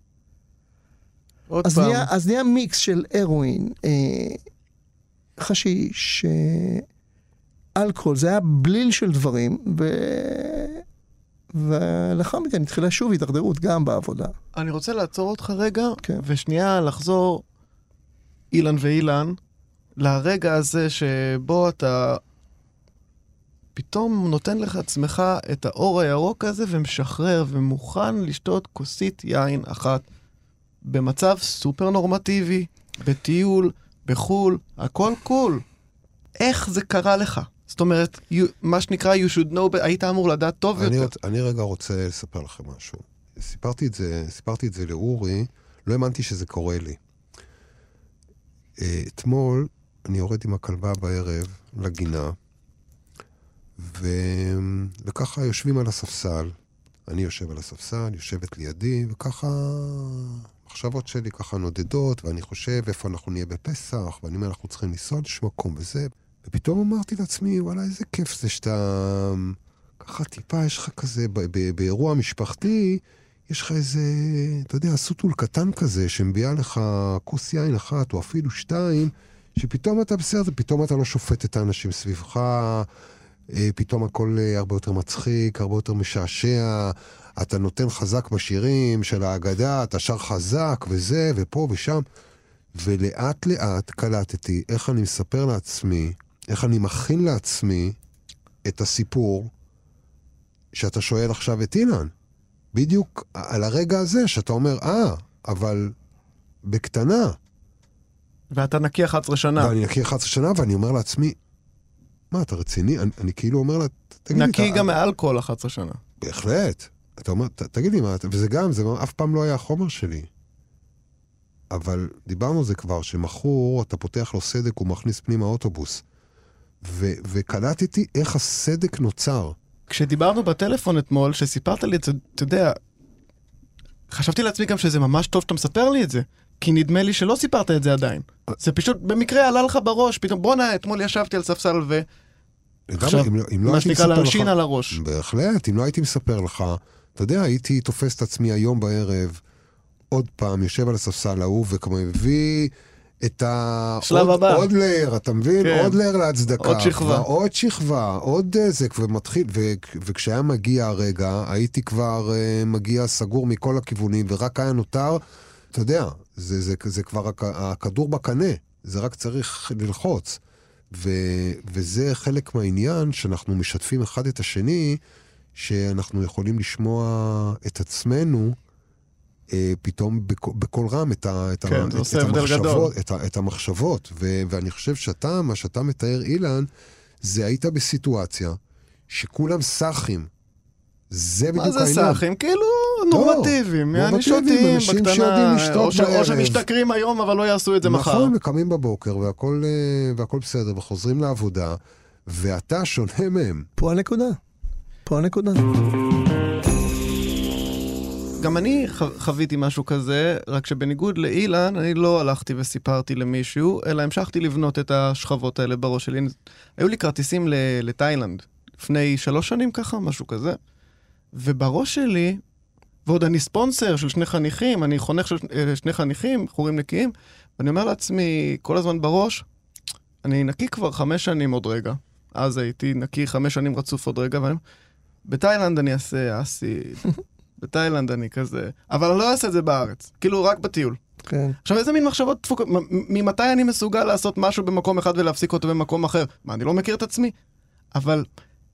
אז נהיה מיקס של הרואין, חשיש, אלכוהול, זה היה בליל של דברים, ולאחר מכן התחילה שוב התדרדרות גם בעבודה. אני רוצה לעצור אותך רגע, כן. ושנייה לחזור, אילן ואילן, לרגע הזה שבו אתה פתאום נותן לך עצמך את האור הירוק הזה, ומשחרר ומוכן לשתות כוסית יין אחת, במצב סופר נורמטיבי, בטיול, בחול, הכל קול. איך זה קרה לך? זאת אומרת, מה שנקרא you should know, היית אמור לדעת טוב יותר. אני רגע רוצה לספר לכם משהו. סיפרתי את זה לאורי, לא האמנתי שזה קורה לי. אתמול אני יורד עם הכלבה בערב לגינה, וככה יושבים על הספסל. אני יושב על הספסל, יושבת לידי, וככה מחשבות שלי ככה נודדות, ואני חושב איפה אנחנו נהיה בפסח, ואני אומר, אנחנו צריכים לנסוע לשום מקום וזה. ופתאום אמרתי לעצמי, וואלה, איזה כיף זה שאתה ככה טיפה, יש לך כזה, באירוע משפחתי, יש לך איזה, אתה יודע, סוטול קטן כזה, שמביאה לך כוס יין אחת, או אפילו שתיים, שפתאום אתה בסדר, פתאום אתה לא שופט את האנשים סביבך, פתאום הכל הרבה יותר מצחיק, הרבה יותר משעשע, אתה נותן חזק בשירים של ההגדה, אתה שר חזק וזה, ופה ושם, ולאט לאט קלטתי איך אני מספר לעצמי, איך אני מכין לעצמי את הסיפור שאתה שואל עכשיו את אילן. בדיוק על הרגע הזה שאתה אומר, אבל בקטנה. ואתה נקי 11 שנה. ואני נקי 11 שנה, ואני אומר לעצמי, מה, אתה רציני? אני כאילו אומר לה, תגיד לי... נקי גם מאלכוהול 11 שנה. בהחלט. אתה אומר, תגיד לי מה, וזה גם, זה אף פעם לא היה החומר שלי. אבל דיברנו על זה כבר, שמחור, אתה פותח לו סדק, הוא מכניס פנימה אוטובוס. וקלטתי איך הסדק נוצר. כשדיברנו בטלפון אתמול, שסיפרת לי את זה, אתה יודע, חשבתי לעצמי גם שזה ממש טוב שאתה מספר לי את זה, כי נדמה לי שלא סיפרת את זה עדיין. זה פשוט במקרה עלה לך בראש, פתאום בוא אתמול ישבתי על ספסל עכשיו, מה שנקרא להנשין על הראש. בהחלט, אם לא הייתי מספר לך, אתה יודע, הייתי תופס את עצמי היום בערב, עוד פעם, יושב על הספסל ההוא, וכמו מביא את שלב הבא. עוד לייר, אתה מבין? כן. עוד לייר להצדקה. עוד שכבה. עוד שכבה, עוד זה, ומתחיל, וכשהיה מגיע הרגע, הייתי כבר מגיע סגור מכל הכיוונים, ורק היה נותר, אתה יודע, זה כבר הכדור בקנה, זה רק צריך ללחוץ. וזה חלק מהעניין שאנחנו משתפים אחד את השני, שאנחנו יכולים לשמוע את עצמנו פתאום בכל רם את המחשבות. ואני חושב מה שאתה מתאר, אילן, זה היית בסיטואציה שכולם סחים. זה בדיוק העניין. מה זה סחים? כאילו נורמטיביים, שותים בקטנה, או שמשתכרים היום אבל לא יעשו את זה מחר. נכון, מקמים בבוקר והכל בסדר, וחוזרים לעבודה, ואתה שונה מהם. פה הנקודה. גם אני חוויתי משהו כזה, רק שבניגוד לאילן, אני לא הלכתי וסיפרתי למישהו, אלא המשכתי לבנות את השכבות האלה בראש שלי. היו לי כרטיסים לתאילנד, לפני 3 שנים ככה, משהו כזה. ובראש שלי, ועוד אני ספונסר של 2 חניכים, אני חונך של 2 חניכים, חורים נקיים, ואני אומר לעצמי, כל הזמן בראש, אני נקי כבר 5 שנים עוד רגע. אז הייתי נקי 5 שנים רצוף עוד רגע, בתאילנד אני אעשה אסיד. בתאילנד אני כזה, אבל אני לא אעשה את זה בארץ, כאילו רק בטיול. כן. עכשיו איזה מין מחשבות דפוקות, ממתי אני מסוגל לעשות משהו במקום אחד ולהפסיק אותו במקום אחר? מה, אני לא מכיר את עצמי? אבל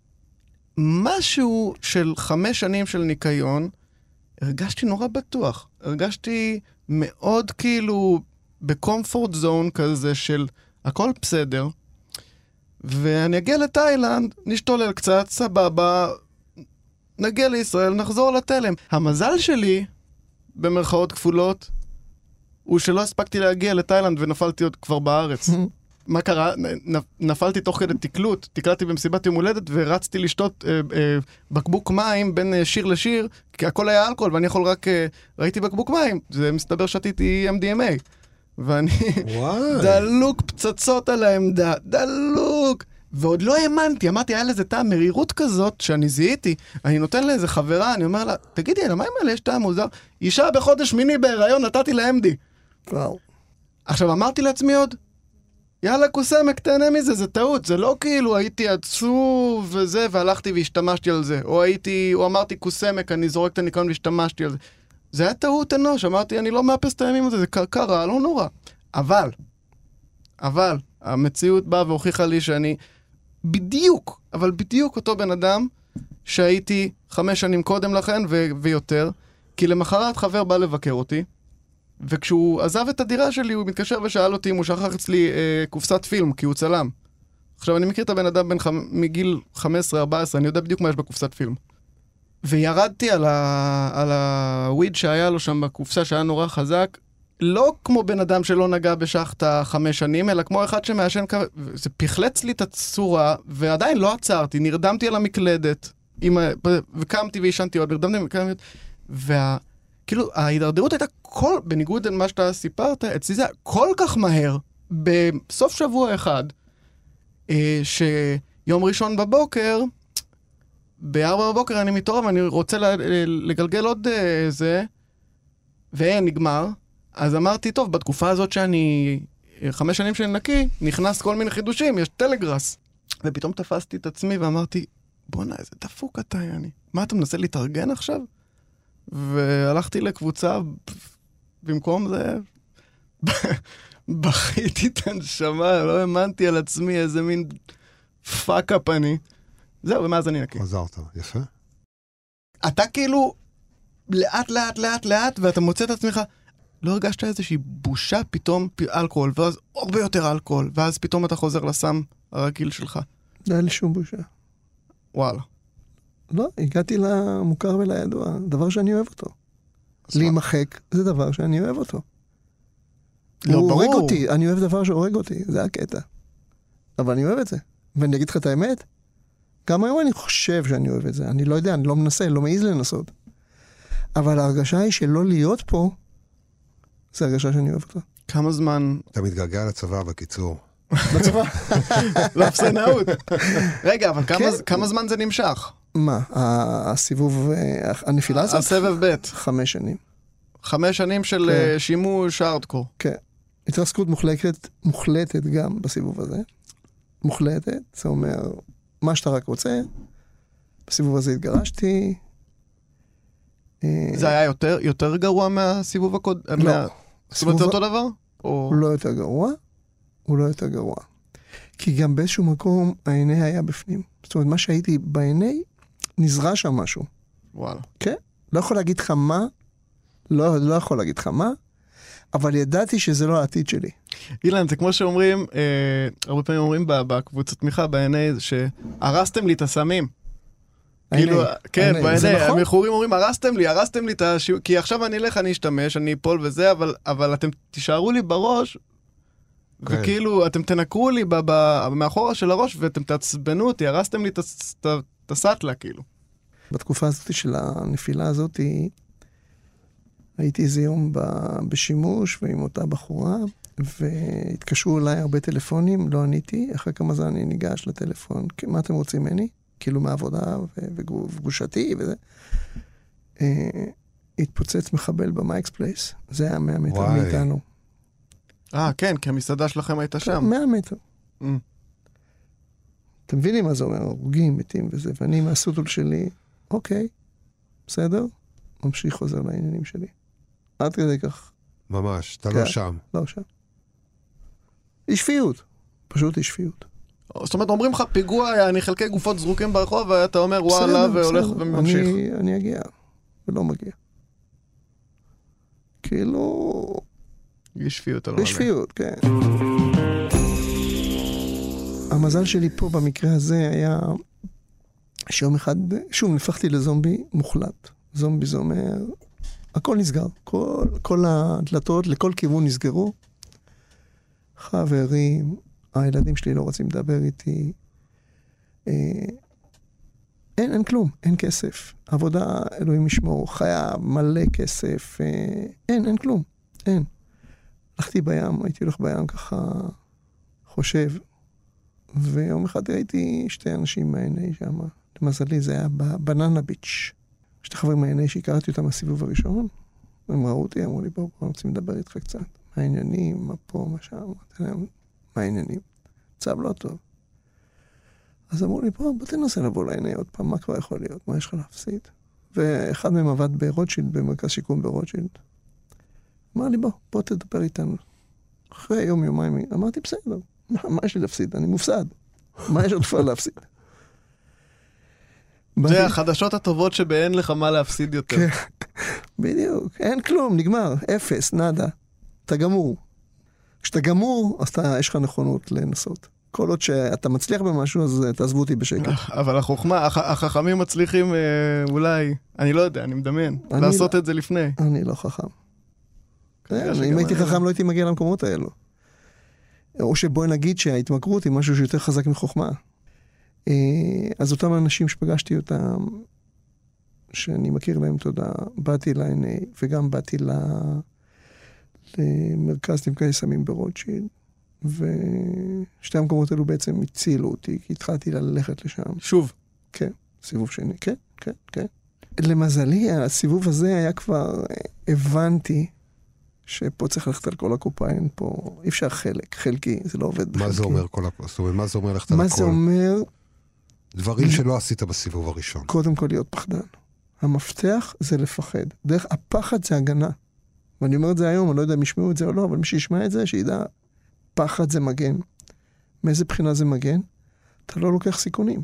משהו של 5 שנים של ניקיון, הרגשתי נורא בטוח. הרגשתי מאוד כאילו בקומפורט זון כזה של הכל בסדר, ואני אגיע לתאילנד, נשתולל קצת, סבבה, נגיע לישראל, נחזור לתלם. המזל שלי, במרכאות כפולות, הוא שלא הספקתי להגיע לתאילנד ונפלתי עוד כבר בארץ. מה קרה? נפלתי תוך כדי תקלות, תקלטתי במסיבת יום הולדת ורצתי לשתות בקבוק מים בין שיר לשיר, כי הכל היה אלכוהול ואני יכול רק, ראיתי בקבוק מים, זה מסתבר שתיתי MDMA. ואני דלוק פצצות על העמדה, דלוק. ועוד לא האמנתי, אמרתי, היה לזה טעם מרירות כזאת שאני זיהיתי, אני נותן לאיזה חברה, אני אומר לה, תגידי, למים האלה יש טעם מוזר? אישה בחודש מיני בהיריון נתתי לה-MD. וואו. עכשיו אמרתי לעצמי עוד, יאללה קוסמק, תהנה מזה, זה טעות, זה לא כאילו הייתי עצוב וזה, והלכתי והשתמשתי על זה, או אמרתי קוסמק, אני זורק את הניקיון והשתמשתי על זה. זה היה טעות אנוש, אמרתי, אני לא מאפס את הימים הזה, זה קרה, לא נורא. אבל, המציאות באה והוכיחה לי שאני בדיוק, אבל בדיוק אותו בן אדם שהייתי 5 שנים קודם לכן ויותר, כי למחרת חבר בא לבקר אותי, וכשהוא עזב את הדירה שלי, הוא מתקשר ושאל אותי אם הוא שכח אצלי קופסת פילם, כי הוא צלם. עכשיו, אני מכיר את הבן אדם מגיל 15-14, אני יודע בדיוק מה יש בקופסת פילם. וירדתי על הוויד שהיה לו שם בקופסה, שהיה נורא חזק, לא כמו בן אדם שלא נגע בשחטה 5 שנים, אלא כמו אחד שמעשן זה פחלץ לי את הצורה, ועדיין לא עצרתי, נרדמתי על המקלדת, וקמתי וישנתי עוד, נרדמתי על המקלדת, כאילו, ההידרדרות הייתה בניגוד למה שאתה סיפרת, אצלי זה כל כך מהר, בסוף שבוע אחד, שיום ראשון בבוקר, ב4 בבוקר אני מתעורר, ואני רוצה לגלגל עוד זה, נגמר. אז אמרתי, טוב, בתקופה הזאת שאני 5 שנים שאני נקי, נכנס כל מיני חידושים, יש טלגרס. ופתאום תפסתי את עצמי ואמרתי, בוא'נה, איזה דפוק אתה, יעני. מה, אתה מנסה להתארגן עכשיו? והלכתי לקבוצה, במקום זה, בכיתי את הנשמה, לא האמנתי על עצמי, איזה מין פאק-אפ אני. זהו, ומאז אני נקי. עזרת, יפה. אתה כאילו, לאט, ואתה מוצא את עצמך, לא הרגשת איזושהי בושה פתאום אלכוהול, ואז הרבה יותר אלכוהול, ואז פתאום אתה חוזר לסם הרגיל שלך. לא היה לי שום בושה. וואלה. לא, הגעתי למוכר ולידוע, דבר שאני אוהב אותו. להימחק, זה דבר שאני אוהב אותו. לא, הוא ברור. הורג אותי, אני אוהב דבר שהורג אותי, זה הקטע. אבל אני אוהב את זה. ואני אגיד לך את האמת, גם היום אני חושב שאני אוהב את זה. אני לא יודע, אני לא מנסה, אני לא מעיז לנסות. אבל ההרגשה היא שלא להיות פה, זה הרגשה שאני אוהב אותה. כמה זמן... אתה מתגעגע לצבא בקיצור. לצבא? לאפסנאות. רגע, אבל כמה זמן זה נמשך? מה? הסיבוב, הנפילה הזאת? הסבב ב' 5 שנים. 5 שנים של שימוש הארדקור. כן. התרסקות מוחלטת גם בסיבוב הזה. מוחלטת, זה אומר, מה שאתה רק רוצה. בסיבוב הזה התגרשתי. זה היה יותר גרוע מהסיבוב הקודם? לא. זאת אומרת, זה אותו דבר? הוא לא יותר גרוע. הוא לא יותר גרוע. כי גם באיזשהו מקום העיני היה בפנים. זאת אומרת, מה שהייתי בעיני, נזרע שם משהו. וואלה. כן? לא יכול להגיד לך מה, לא יכול להגיד לך מה, אבל ידעתי שזה לא העתיד שלי. אילן, זה כמו שאומרים, הרבה פעמים אומרים בקבוצת תמיכה, ב-NA, שהרסתם לי את הסמים. כאילו, כן, ב-NA, המכורים אומרים, הרסתם לי את השיעור, כי עכשיו אני אלך, אני אשתמש, אני אפול וזה, אבל אתם תישארו לי בראש, וכאילו, אתם תנקרו לי מאחורה של הראש, ואתם תעצבנו אותי, הרסתם לי את הסטלה, כאילו. בתקופה הזאת של הנפילה הזאת, הייתי איזה יום בשימוש, ועם אותה בחורה, והתקשרו אליי הרבה טלפונים, לא עניתי, אחרי כמה זמן אני ניגש לטלפון, מה אתם רוצים ממני? כאילו מהעבודה וגושתי וזה. התפוצץ מחבל במייקס פלייס, זה היה 100 מטר מאיתנו. כן, כי המסעדה שלכם הייתה שם. 100 מטר. אתם מבינים מה זה אומר, הרוגים, מתים וזה, ואני מהסוטול שלי, אוקיי, בסדר, ממשיך חוזר לעניינים שלי. עד כדי כך. ממש, אתה לא שם. לא שם. אי-שפיות, פשוט אי-שפיות. זאת אומרת, אומרים לך, פיגוע, אני חלקי גופות זרוקים ברחוב, ואתה אומר, וואלה, והולך וממשיך. אני אגיע, ולא מגיע. כאילו... אי-שפיות. אי-שפיות, כן. המזל שלי פה במקרה הזה היה שיום אחד, שוב, נפחתי לזומבי מוחלט. זומבי זה אומר, הכל נסגר. כל הדלתות לכל כיוון נסגרו. חברים, הילדים שלי לא רוצים לדבר איתי. אין כלום, אין כסף. עבודה, אלוהים ישמור, חיה מלא כסף. אין כלום, אין. הלכתי בים, הייתי הולך בים ככה, חושב. ויום אחד ראיתי שתי אנשים מה-NA שם. למזלי, זה היה בבננה ביץ'. שתי חברים מה-NA שהכרתי אותם מהסיבוב הראשון. הם ראו אותי, אמרו לי, בואו, רוצים לדבר איתך קצת. מה העניינים, מה פה, מה שם, מה העניינים. צב לא טוב. אז אמרו לי, בוא תנסה לבוא ל-NA עוד פעם, מה כבר יכול להיות, מה יש לך להפסיד? ואחד מהם עבד ברוטשילד, במרכז שיקום ברוטשילד. אמר לי, בוא תדבר איתנו. אחרי יומיים, אמרתי, בסדר, מה יש לי להפסיד? אני מופסד. מה יש עוד כבר להפסיד? זה החדשות הטובות שבאין לך מה להפסיד יותר. בדיוק, אין כלום, נגמר, אפס, נדה. אתה גמור. כשאתה גמור, אז יש לך נכונות לנסות. כל עוד שאתה מצליח במשהו, אז תעזבו אותי בשקט. אבל החכמים מצליחים אולי, אני לא יודע, אני מדמיין, לעשות את זה לפני. אני לא חכם. אם הייתי חכם, לא הייתי מגיע למקומות האלו. או שבואי נגיד שההתמכרות היא משהו שיותר חזק מחוכמה. אז אותם אנשים שפגשתי אותם, שאני מכיר להם תודה, באתי ל-NA, וגם באתי למרכז נפגעי סמים ברוטשילד, ושתי המקומות האלו בעצם הצילו אותי, כי התחלתי ללכת לשם. שוב. כן, סיבוב שני, כן. למזלי, הסיבוב הזה היה כבר, הבנתי, שפה צריך ללכת על כל הקופה, אין פה, אי אפשר חלקי, זה לא עובד בחלקי. מה זה אומר כל הקופה? זאת אומרת, מה זה אומר ללכת על הכל? מה זה אומר? דברים שלא עשית בסיבוב הראשון. קודם כל להיות פחדן. המפתח זה לפחד. דרך הפחד זה הגנה. ואני אומר את זה היום, אני לא יודע אם ישמעו את זה או לא, אבל מי שישמע את זה, שידע, פחד זה מגן. מאיזה בחינה זה מגן? אתה לא לוקח סיכונים.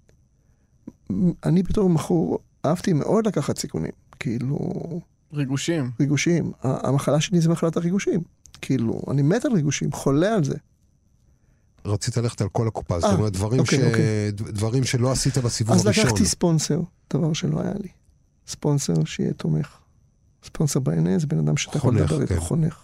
אני בתור מחור, אהבתי מאוד לקחת סיכונים. כאילו... ריגושים. המחלה שלי זה מחלת הריגושים. כאילו, אני מת על ריגושים, חולה על זה. רצית ללכת על כל הקופה, זאת אומרת, דברים שלא עשית בסיבוב הראשון. הראשון. אז לקחתי ספונסר, דבר שלא היה לי. ספונסר שיהיה תומך. ספונסר ב-NA זה בן אדם שאתה יכול לדבר איתו, חונך.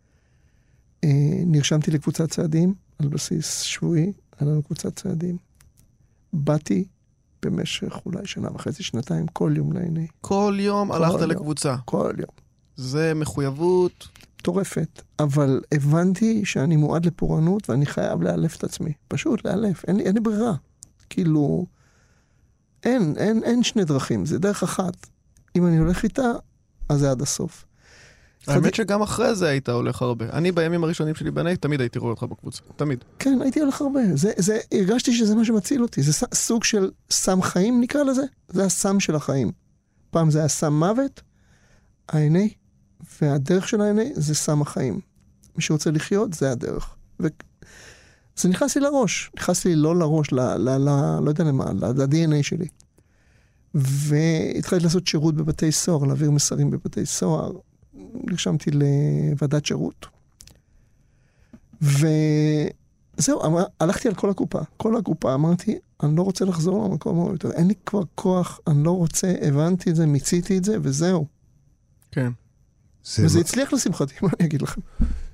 נרשמתי לקבוצת צעדים, על בסיס שבועי, היה לנו קבוצת צעדים. באתי במשך אולי שנה וחצי, שנתיים, כל יום ל-NA. כל יום הלכת לקבוצה. כל יום. זה מחויבות... טורפת, אבל הבנתי שאני מועד לפורענות, ואני חייב לאלף את עצמי. פשוט לאלף, אין לי ברירה. כאילו, אין שני דרכים, זה דרך אחת. אם אני הולך איתה, אז זה עד הסוף. האמת שגם אחרי זה היית הולך הרבה. אני בימים הראשונים שלי ב-NA, תמיד הייתי רואה אותך בקבוצה. תמיד. כן, הייתי הולך הרבה. הרגשתי שזה מה שמציל אותי. זה סוג של סם חיים, נקרא לזה. זה הסם של החיים. פעם זה היה סם מוות, ה-NA, והדרך של ה-NA זה סם החיים. מי שרוצה לחיות, זה הדרך. זה נכנס לי לראש. נכנס לי לא לראש, לא יודע למה, ל-DNA שלי. והתחלתי לעשות שירות בבתי סוהר, להעביר מסרים בבתי סוהר. נרשמתי לוועדת שירות. וזהו, הלכתי על כל הקופה, אמרתי, אני לא רוצה לחזור למקום יותר, אין לי כבר כוח, אני לא רוצה, הבנתי את זה, מיציתי את זה, וזהו. כן. וזה הצליח לשמחתי, מה אני אגיד לכם?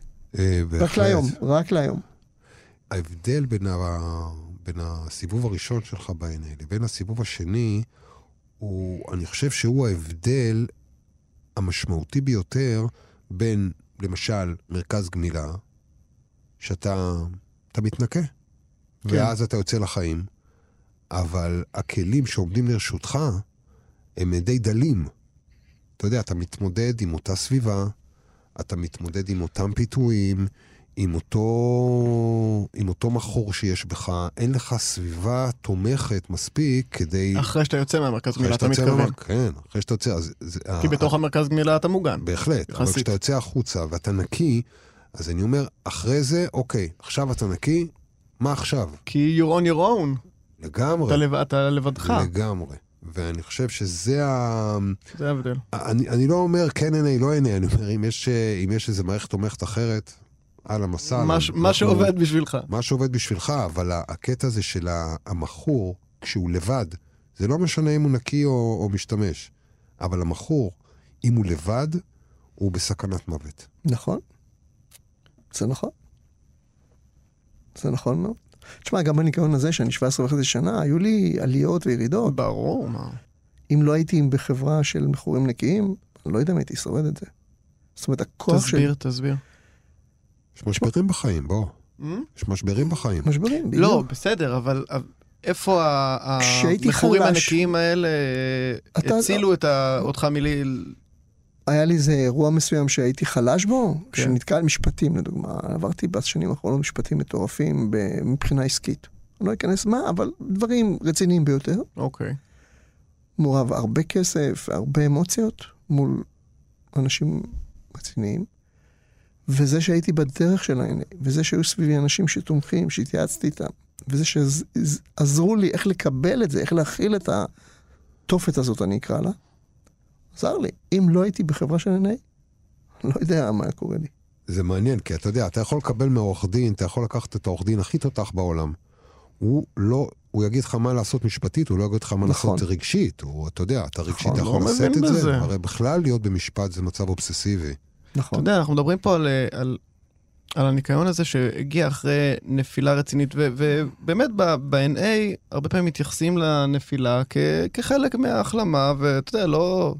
רק להיום. ההבדל בין הסיבוב הראשון שלך בעיני לבין הסיבוב השני, אני חושב שהוא ההבדל המשמעותי ביותר בין, למשל, מרכז גמילה, שאתה מתנקה, ואז אתה יוצא לחיים, אבל הכלים שעומדים לרשותך הם די דלים. אתה יודע, אתה מתמודד עם אותה סביבה, אתה מתמודד עם אותם פיתויים, עם אותו מחור שיש בך, אין לך סביבה תומכת מספיק כדי... אחרי שאתה יוצא מהמרכז גמילה, אתה מתכוון. כן, אחרי שאתה יוצא. כי בתוך המרכז גמילה אתה מוגן. בהחלט, אבל כשאתה יוצא החוצה ואתה נקי, אז אני אומר, אחרי זה, אוקיי, עכשיו אתה נקי, מה עכשיו? כי you're on your own. לגמרי. אתה לבדך. לגמרי. ואני חושב שזה זה ההבדל. אני לא אומר כן עיני, לא עיני, אני אומר, אם יש איזו מערכת תומכת אחרת, על המסע. מה שעובד בשבילך. מה שעובד בשבילך, אבל הקטע הזה של המחור, כשהוא לבד, זה לא משנה אם הוא נקי או משתמש, אבל המחור, אם הוא לבד, הוא בסכנת מוות. נכון. זה נכון. זה נכון מאוד. תשמע, גם בניקיון הזה, שאני 17.5 שנה, היו לי עליות וירידות. ברור, מה? אם לא הייתי בחברה של מכורים נקיים, אני לא יודע אם הייתי שורד את זה. זאת אומרת, הכוח של... תסביר. יש משברים בחיים, בוא. יש משברים בחיים. משברים, בדיוק. לא, בסדר, אבל איפה המכורים הנקיים האלה הצילו אותך מליל... היה לי איזה אירוע מסוים שהייתי חלש בו, שנתקע על משפטים, לדוגמה. עברתי בשנים האחרונות משפטים מטורפים מבחינה עסקית. אני לא אכנס מה, אבל דברים רציניים ביותר. אוקיי. מעורב הרבה כסף, הרבה אמוציות, מול אנשים רציניים. וזה שהייתי בדרך שלהם, וזה שהיו סביבי אנשים שתומכים, שהתייעצתי איתם, וזה שעזרו לי איך לקבל את זה, איך להכיל את התופת הזאת, אני אקרא לה, עזר לי. אם לא הייתי בחברה של עיני, לא יודע מה קורה לי. זה מעניין, כי אתה יודע, אתה יכול לקבל מעורך דין, אתה יכול לקחת את העורך דין הכי תותח בעולם. הוא יגיד לך מה לעשות משפטית, הוא לא יגיד לך מה לעשות רגשית. אתה יודע, אתה רגשית, אתה יכול לשאת את זה. הרי בכלל להיות במשפט זה מצב אובססיבי. נכון. אתה יודע, אנחנו מדברים פה על הניקיון הזה שהגיע אחרי נפילה רצינית, ובאמת ב-NA הרבה פעמים מתייחסים לנפילה כחלק מההחלמה, ואתה יודע, לא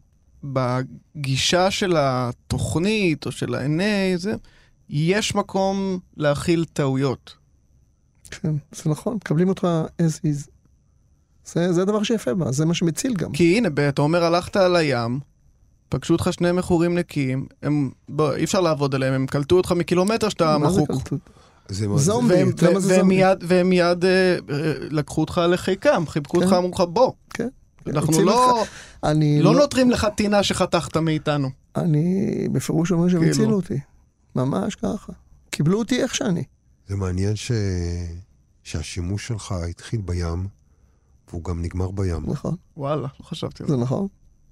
בגישה של התוכנית או של ה-NA, יש מקום להכיל טעויות. כן, זה נכון, מקבלים אותך as is. זה הדבר שיפה בה, זה מה שמציל גם. כי הנה, אתה אומר, הלכת על הים, פגשו אותך שני מכורים נקיים, אי אפשר לעבוד עליהם, הם קלטו אותך מקילומטר שאתה מחוק. מה זה קלטות? זומבי, למה זה זומבי? והם מיד לקחו אותך לחיקם, חיבקו אותך, אמרו לך, בוא. כן. אנחנו לא נותרים לך טינה שחתכת מאיתנו. אני בפירוש אומר שהם הצילו אותי. ממש ככה. קיבלו אותי איך שאני. זה מעניין שהשימוש שלך התחיל בים, והוא גם נגמר בים. נכון. וואלה, לא חשבתי על זה. זה נכון.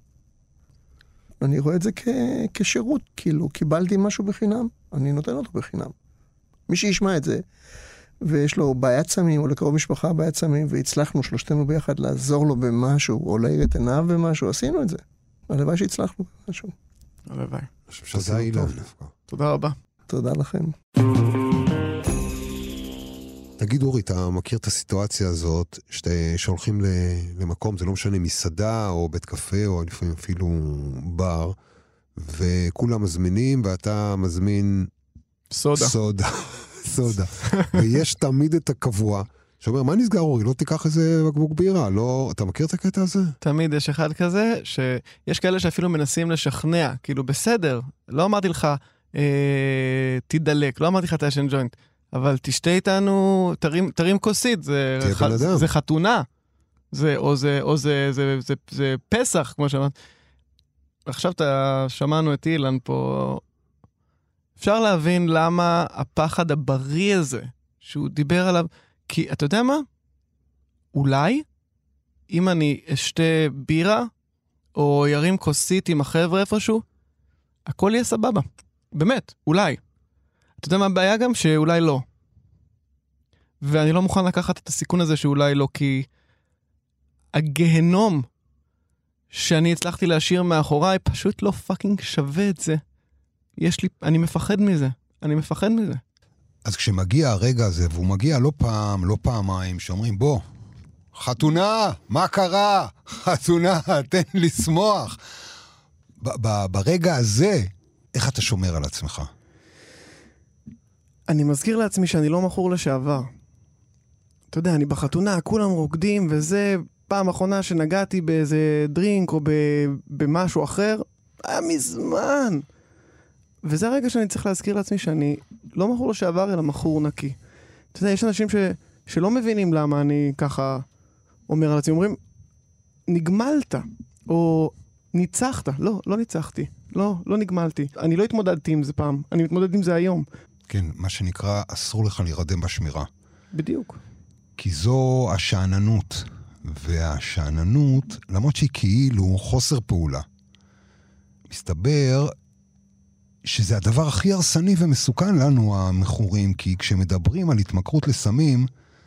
אני רואה את זה כשירות, כאילו, קיבלתי משהו בחינם, אני נותן אותו בחינם. מי שישמע את זה, ויש לו בעיית סמים, או לקרוב משפחה בעיית סמים, והצלחנו שלושתנו ביחד לעזור לו במשהו, או להאיר את עיניו במשהו, עשינו את זה. הלוואי שהצלחנו במשהו. הלוואי. אני חושב שזה אילן. תודה רבה. תודה לכם. תגיד אורי, אתה מכיר את הסיטואציה הזאת, שהולכים למקום, זה לא משנה, מסעדה או בית קפה, או לפעמים אפילו בר, וכולם מזמינים, ואתה מזמין סודה. ויש תמיד את הקבוע, שאומר, מה נסגר אורי? לא תיקח איזה בקבוק בירה, לא... אתה מכיר את הקטע הזה? תמיד יש אחד כזה, שיש כאלה שאפילו מנסים לשכנע, כאילו בסדר, לא אמרתי לך, תדלק, לא אמרתי לך תשן ג'וינט, אבל תשתה איתנו, תרים כוסית, זה חתונה, זה פסח, כמו שאמרת. עכשיו שמענו את אילן פה, אפשר להבין למה הפחד הבריא הזה, שהוא דיבר עליו, כי אתה יודע מה? אולי, אם אני אשתה בירה, או ירים כוסית עם החבר'ה איפשהו, הכל יהיה סבבה. באמת, אולי. אתה יודע מה הבעיה גם? שאולי לא. ואני לא מוכן לקחת את הסיכון הזה שאולי לא, כי הגהנום שאני הצלחתי להשאיר מאחוריי פשוט לא פאקינג שווה את זה. אני מפחד מזה. אני מפחד מזה. אז כשמגיע הרגע הזה, והוא מגיע לא פעם, לא פעמיים, שאומרים, בוא, חתונה, מה קרה? חתונה, תן לשמוח. ברגע הזה, איך אתה שומר על עצמך? אני מזכיר לעצמי שאני לא מכור לשעבר. אתה יודע, אני בחתונה, כולם רוקדים, וזה פעם אחרונה שנגעתי באיזה דרינק או במשהו אחר, היה מזמן. וזה הרגע שאני צריך להזכיר לעצמי שאני לא מכור לשעבר, אלא מכור נקי. אתה יודע, יש אנשים שלא מבינים למה אני ככה אומר על עצמי, אומרים, נגמלת, או ניצחת. לא ניצחתי. לא נגמלתי. אני לא התמודדתי עם זה פעם, אני מתמודד עם זה היום. כן, מה שנקרא, אסור לך להירדם בשמירה. בדיוק. כי זו השעננות. והשעננות, למרות שהיא כאילו חוסר פעולה. מסתבר שזה הדבר הכי הרסני ומסוכן לנו, המכורים, כי כשמדברים על התמכרות לסמים,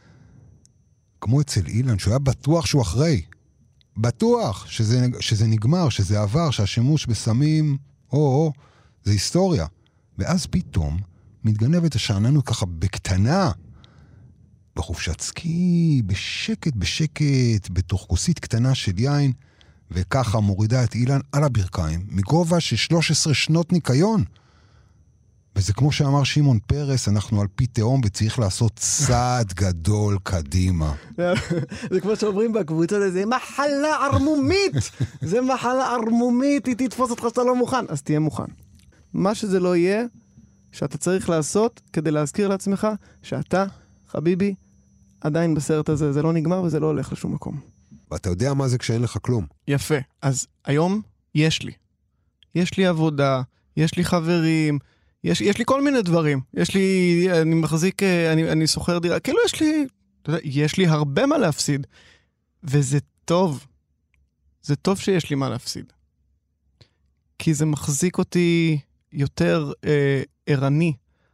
כמו אצל אילן, שהוא היה בטוח שהוא אחרי. בטוח שזה נגמר, שזה עבר, שהשימוש בסמים, זה היסטוריה. ואז פתאום מתגנבת השעננות ככה בקטנה, בחופשת סקי, בשקט, בתוך כוסית קטנה של יין, וככה מורידה את אילן על הברכיים, מגובה של 13 שנות ניקיון. וזה כמו שאמר שמעון פרס, אנחנו על פי תהום וצריך לעשות צעד גדול קדימה. זה כמו שאומרים בקבוצות, זה מחלה ערמומית! זה מחלה ערמומית, היא תתפוס אותך שאתה לא מוכן. אז תהיה מוכן. מה שזה לא יהיה, שאתה צריך לעשות כדי להזכיר לעצמך שאתה, חביבי, עדיין בסרט הזה, זה לא נגמר וזה לא הולך לשום מקום. ואתה יודע מה זה כשאין לך כלום. יפה. אז היום יש לי. יש לי עבודה, יש לי חברים, יש לי כל מיני דברים. יש לי, אני מחזיק, אני סוחר דירה. כאילו יש לי, אתה יודע, יש לי הרבה מה להפסיד. וזה טוב. זה טוב שיש לי מה להפסיד. כי זה מחזיק אותי יותר ערני.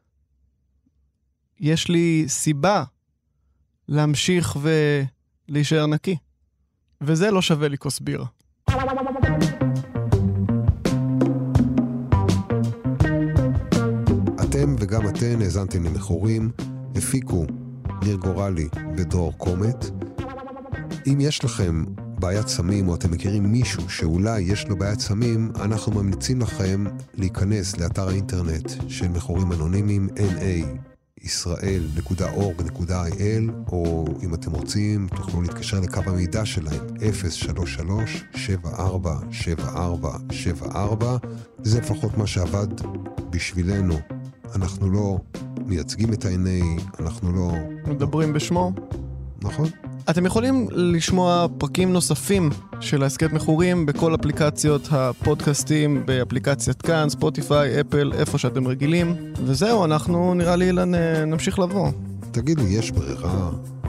יש לי סיבה להמשיך ולהישאר נקי. וזה לא שווה לי כוס בירה. אתם וגם אתן האזנתם למכורים, הפיקו ניר גורלי ודרור קומט. אם יש לכם בעיית סמים או אתם מכירים מישהו שאולי יש לו בעיית סמים, אנחנו ממליצים לכם להיכנס לאתר האינטרנט של מכורים אנונימיים, naisrael.org.il, או אם אתם רוצים תוכלו להתקשר לקו המידע שלהם 033-747474. זה לפחות מה שעבד בשבילנו. אנחנו לא מייצגים את ה-NA, אנחנו לא מדברים בשמו. נכון. אתם יכולים לשמוע פרקים נוספים של ההסכת מכורים בכל אפליקציות הפודקאסטים, באפליקציית כאן, ספוטיפיי, אפל, איפה שאתם רגילים. וזהו, אנחנו נראה לי נמשיך לבוא. תגיד לי, יש ברירה?